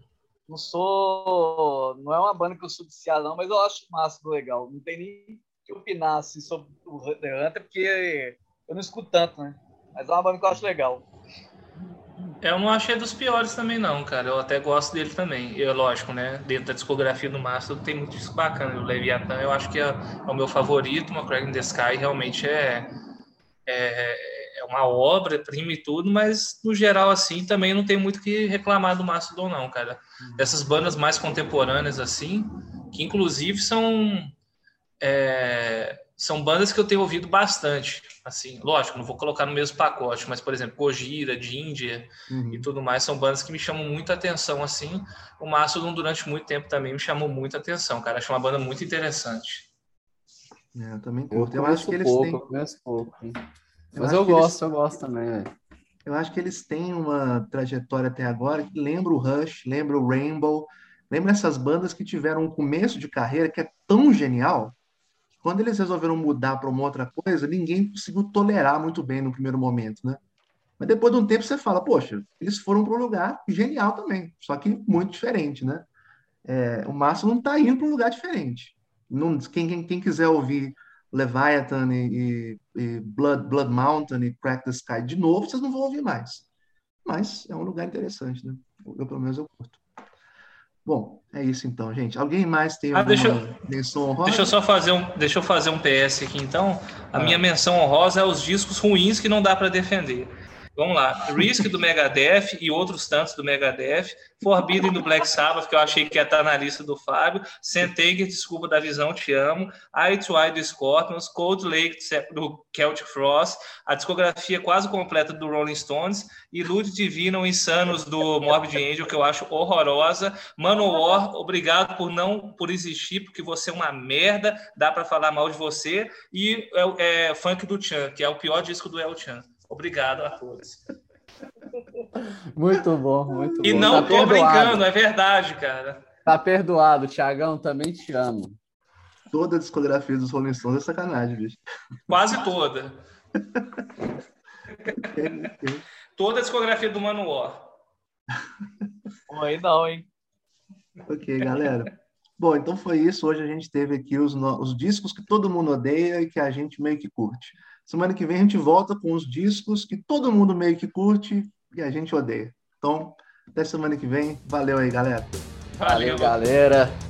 não é uma banda que eu sou viciado, não, mas eu acho Mastodon legal. Não tem nem que opinar assim, sobre o The Hunter, porque eu não escuto tanto, né? Mas é uma banda que eu acho legal. Eu não achei dos piores também, não, cara. Eu até gosto dele também. Lógico, né? Dentro da discografia do Mastodon tem muito disco bacana. O Leviathan eu acho que é o meu favorito. O Crack in the Sky realmente é uma obra-prima e tudo, mas no geral, assim, também não tem muito o que reclamar do Mastodon, não, cara. Dessas bandas mais contemporâneas, assim, que inclusive são bandas que eu tenho ouvido bastante, assim, lógico, não vou colocar no mesmo pacote, mas, por exemplo, Gojira, Ginger e tudo mais, são bandas que me chamam muita atenção, assim. O Mastodon, durante muito tempo, também me chamou muita atenção, cara. Acho uma banda muito interessante. Eu também curto. Eu acho que eles têm... Eu conheço pouco. Mas eu gosto também, velho. Eu acho que eles têm uma trajetória até agora que lembra o Rush, lembra o Rainbow, lembra essas bandas que tiveram um começo de carreira que é tão genial. Quando eles resolveram mudar para uma outra coisa, ninguém conseguiu tolerar muito bem no primeiro momento, né? Mas depois de um tempo você fala, poxa, eles foram para um lugar genial também, só que muito diferente, né? O Márcio não está indo para um lugar diferente. Não, quem quiser ouvir Leviathan e Blood Mountain e Crack the Sky de novo, vocês não vão ouvir mais. Mas é um lugar interessante, né? Pelo menos, eu curto. Bom, é isso então, gente. Alguém mais tem alguma menção honrosa? Deixa eu fazer um PS aqui, então. A minha menção honrosa é os discos ruins que não dá para defender. Vamos lá. Risk do Megadeth e outros tantos do Megadeth. Forbidden do Black Sabbath, que eu achei que ia estar na lista do Fábio. Sentenger, Desculpa da Visão, Te Amo. Eye to Eye do Scorpions. Cold Lake do Celtic Frost. A discografia quase completa do Rolling Stones. E Lud Divino Insanos do Morbid Angel, que eu acho horrorosa. Manowar, obrigado por existir, porque você é uma merda. Dá para falar mal de você. E Funk do Chan, que é o pior disco do El Chan. Obrigado a todos. Muito bom, muito bom. E não tô brincando, é verdade, cara. Tá perdoado, Thiagão, também te amo. Toda a discografia dos Rolling Stones é sacanagem, bicho. Quase toda. Toda a discografia do Manowar. Aí não, hein? Ok, galera. Bom, então foi isso. Hoje a gente teve aqui os discos que todo mundo odeia e que a gente meio que curte. Semana que vem a gente volta com os discos que todo mundo meio que curte e a gente odeia. Então, até semana que vem. Valeu aí, galera. Valeu, galera.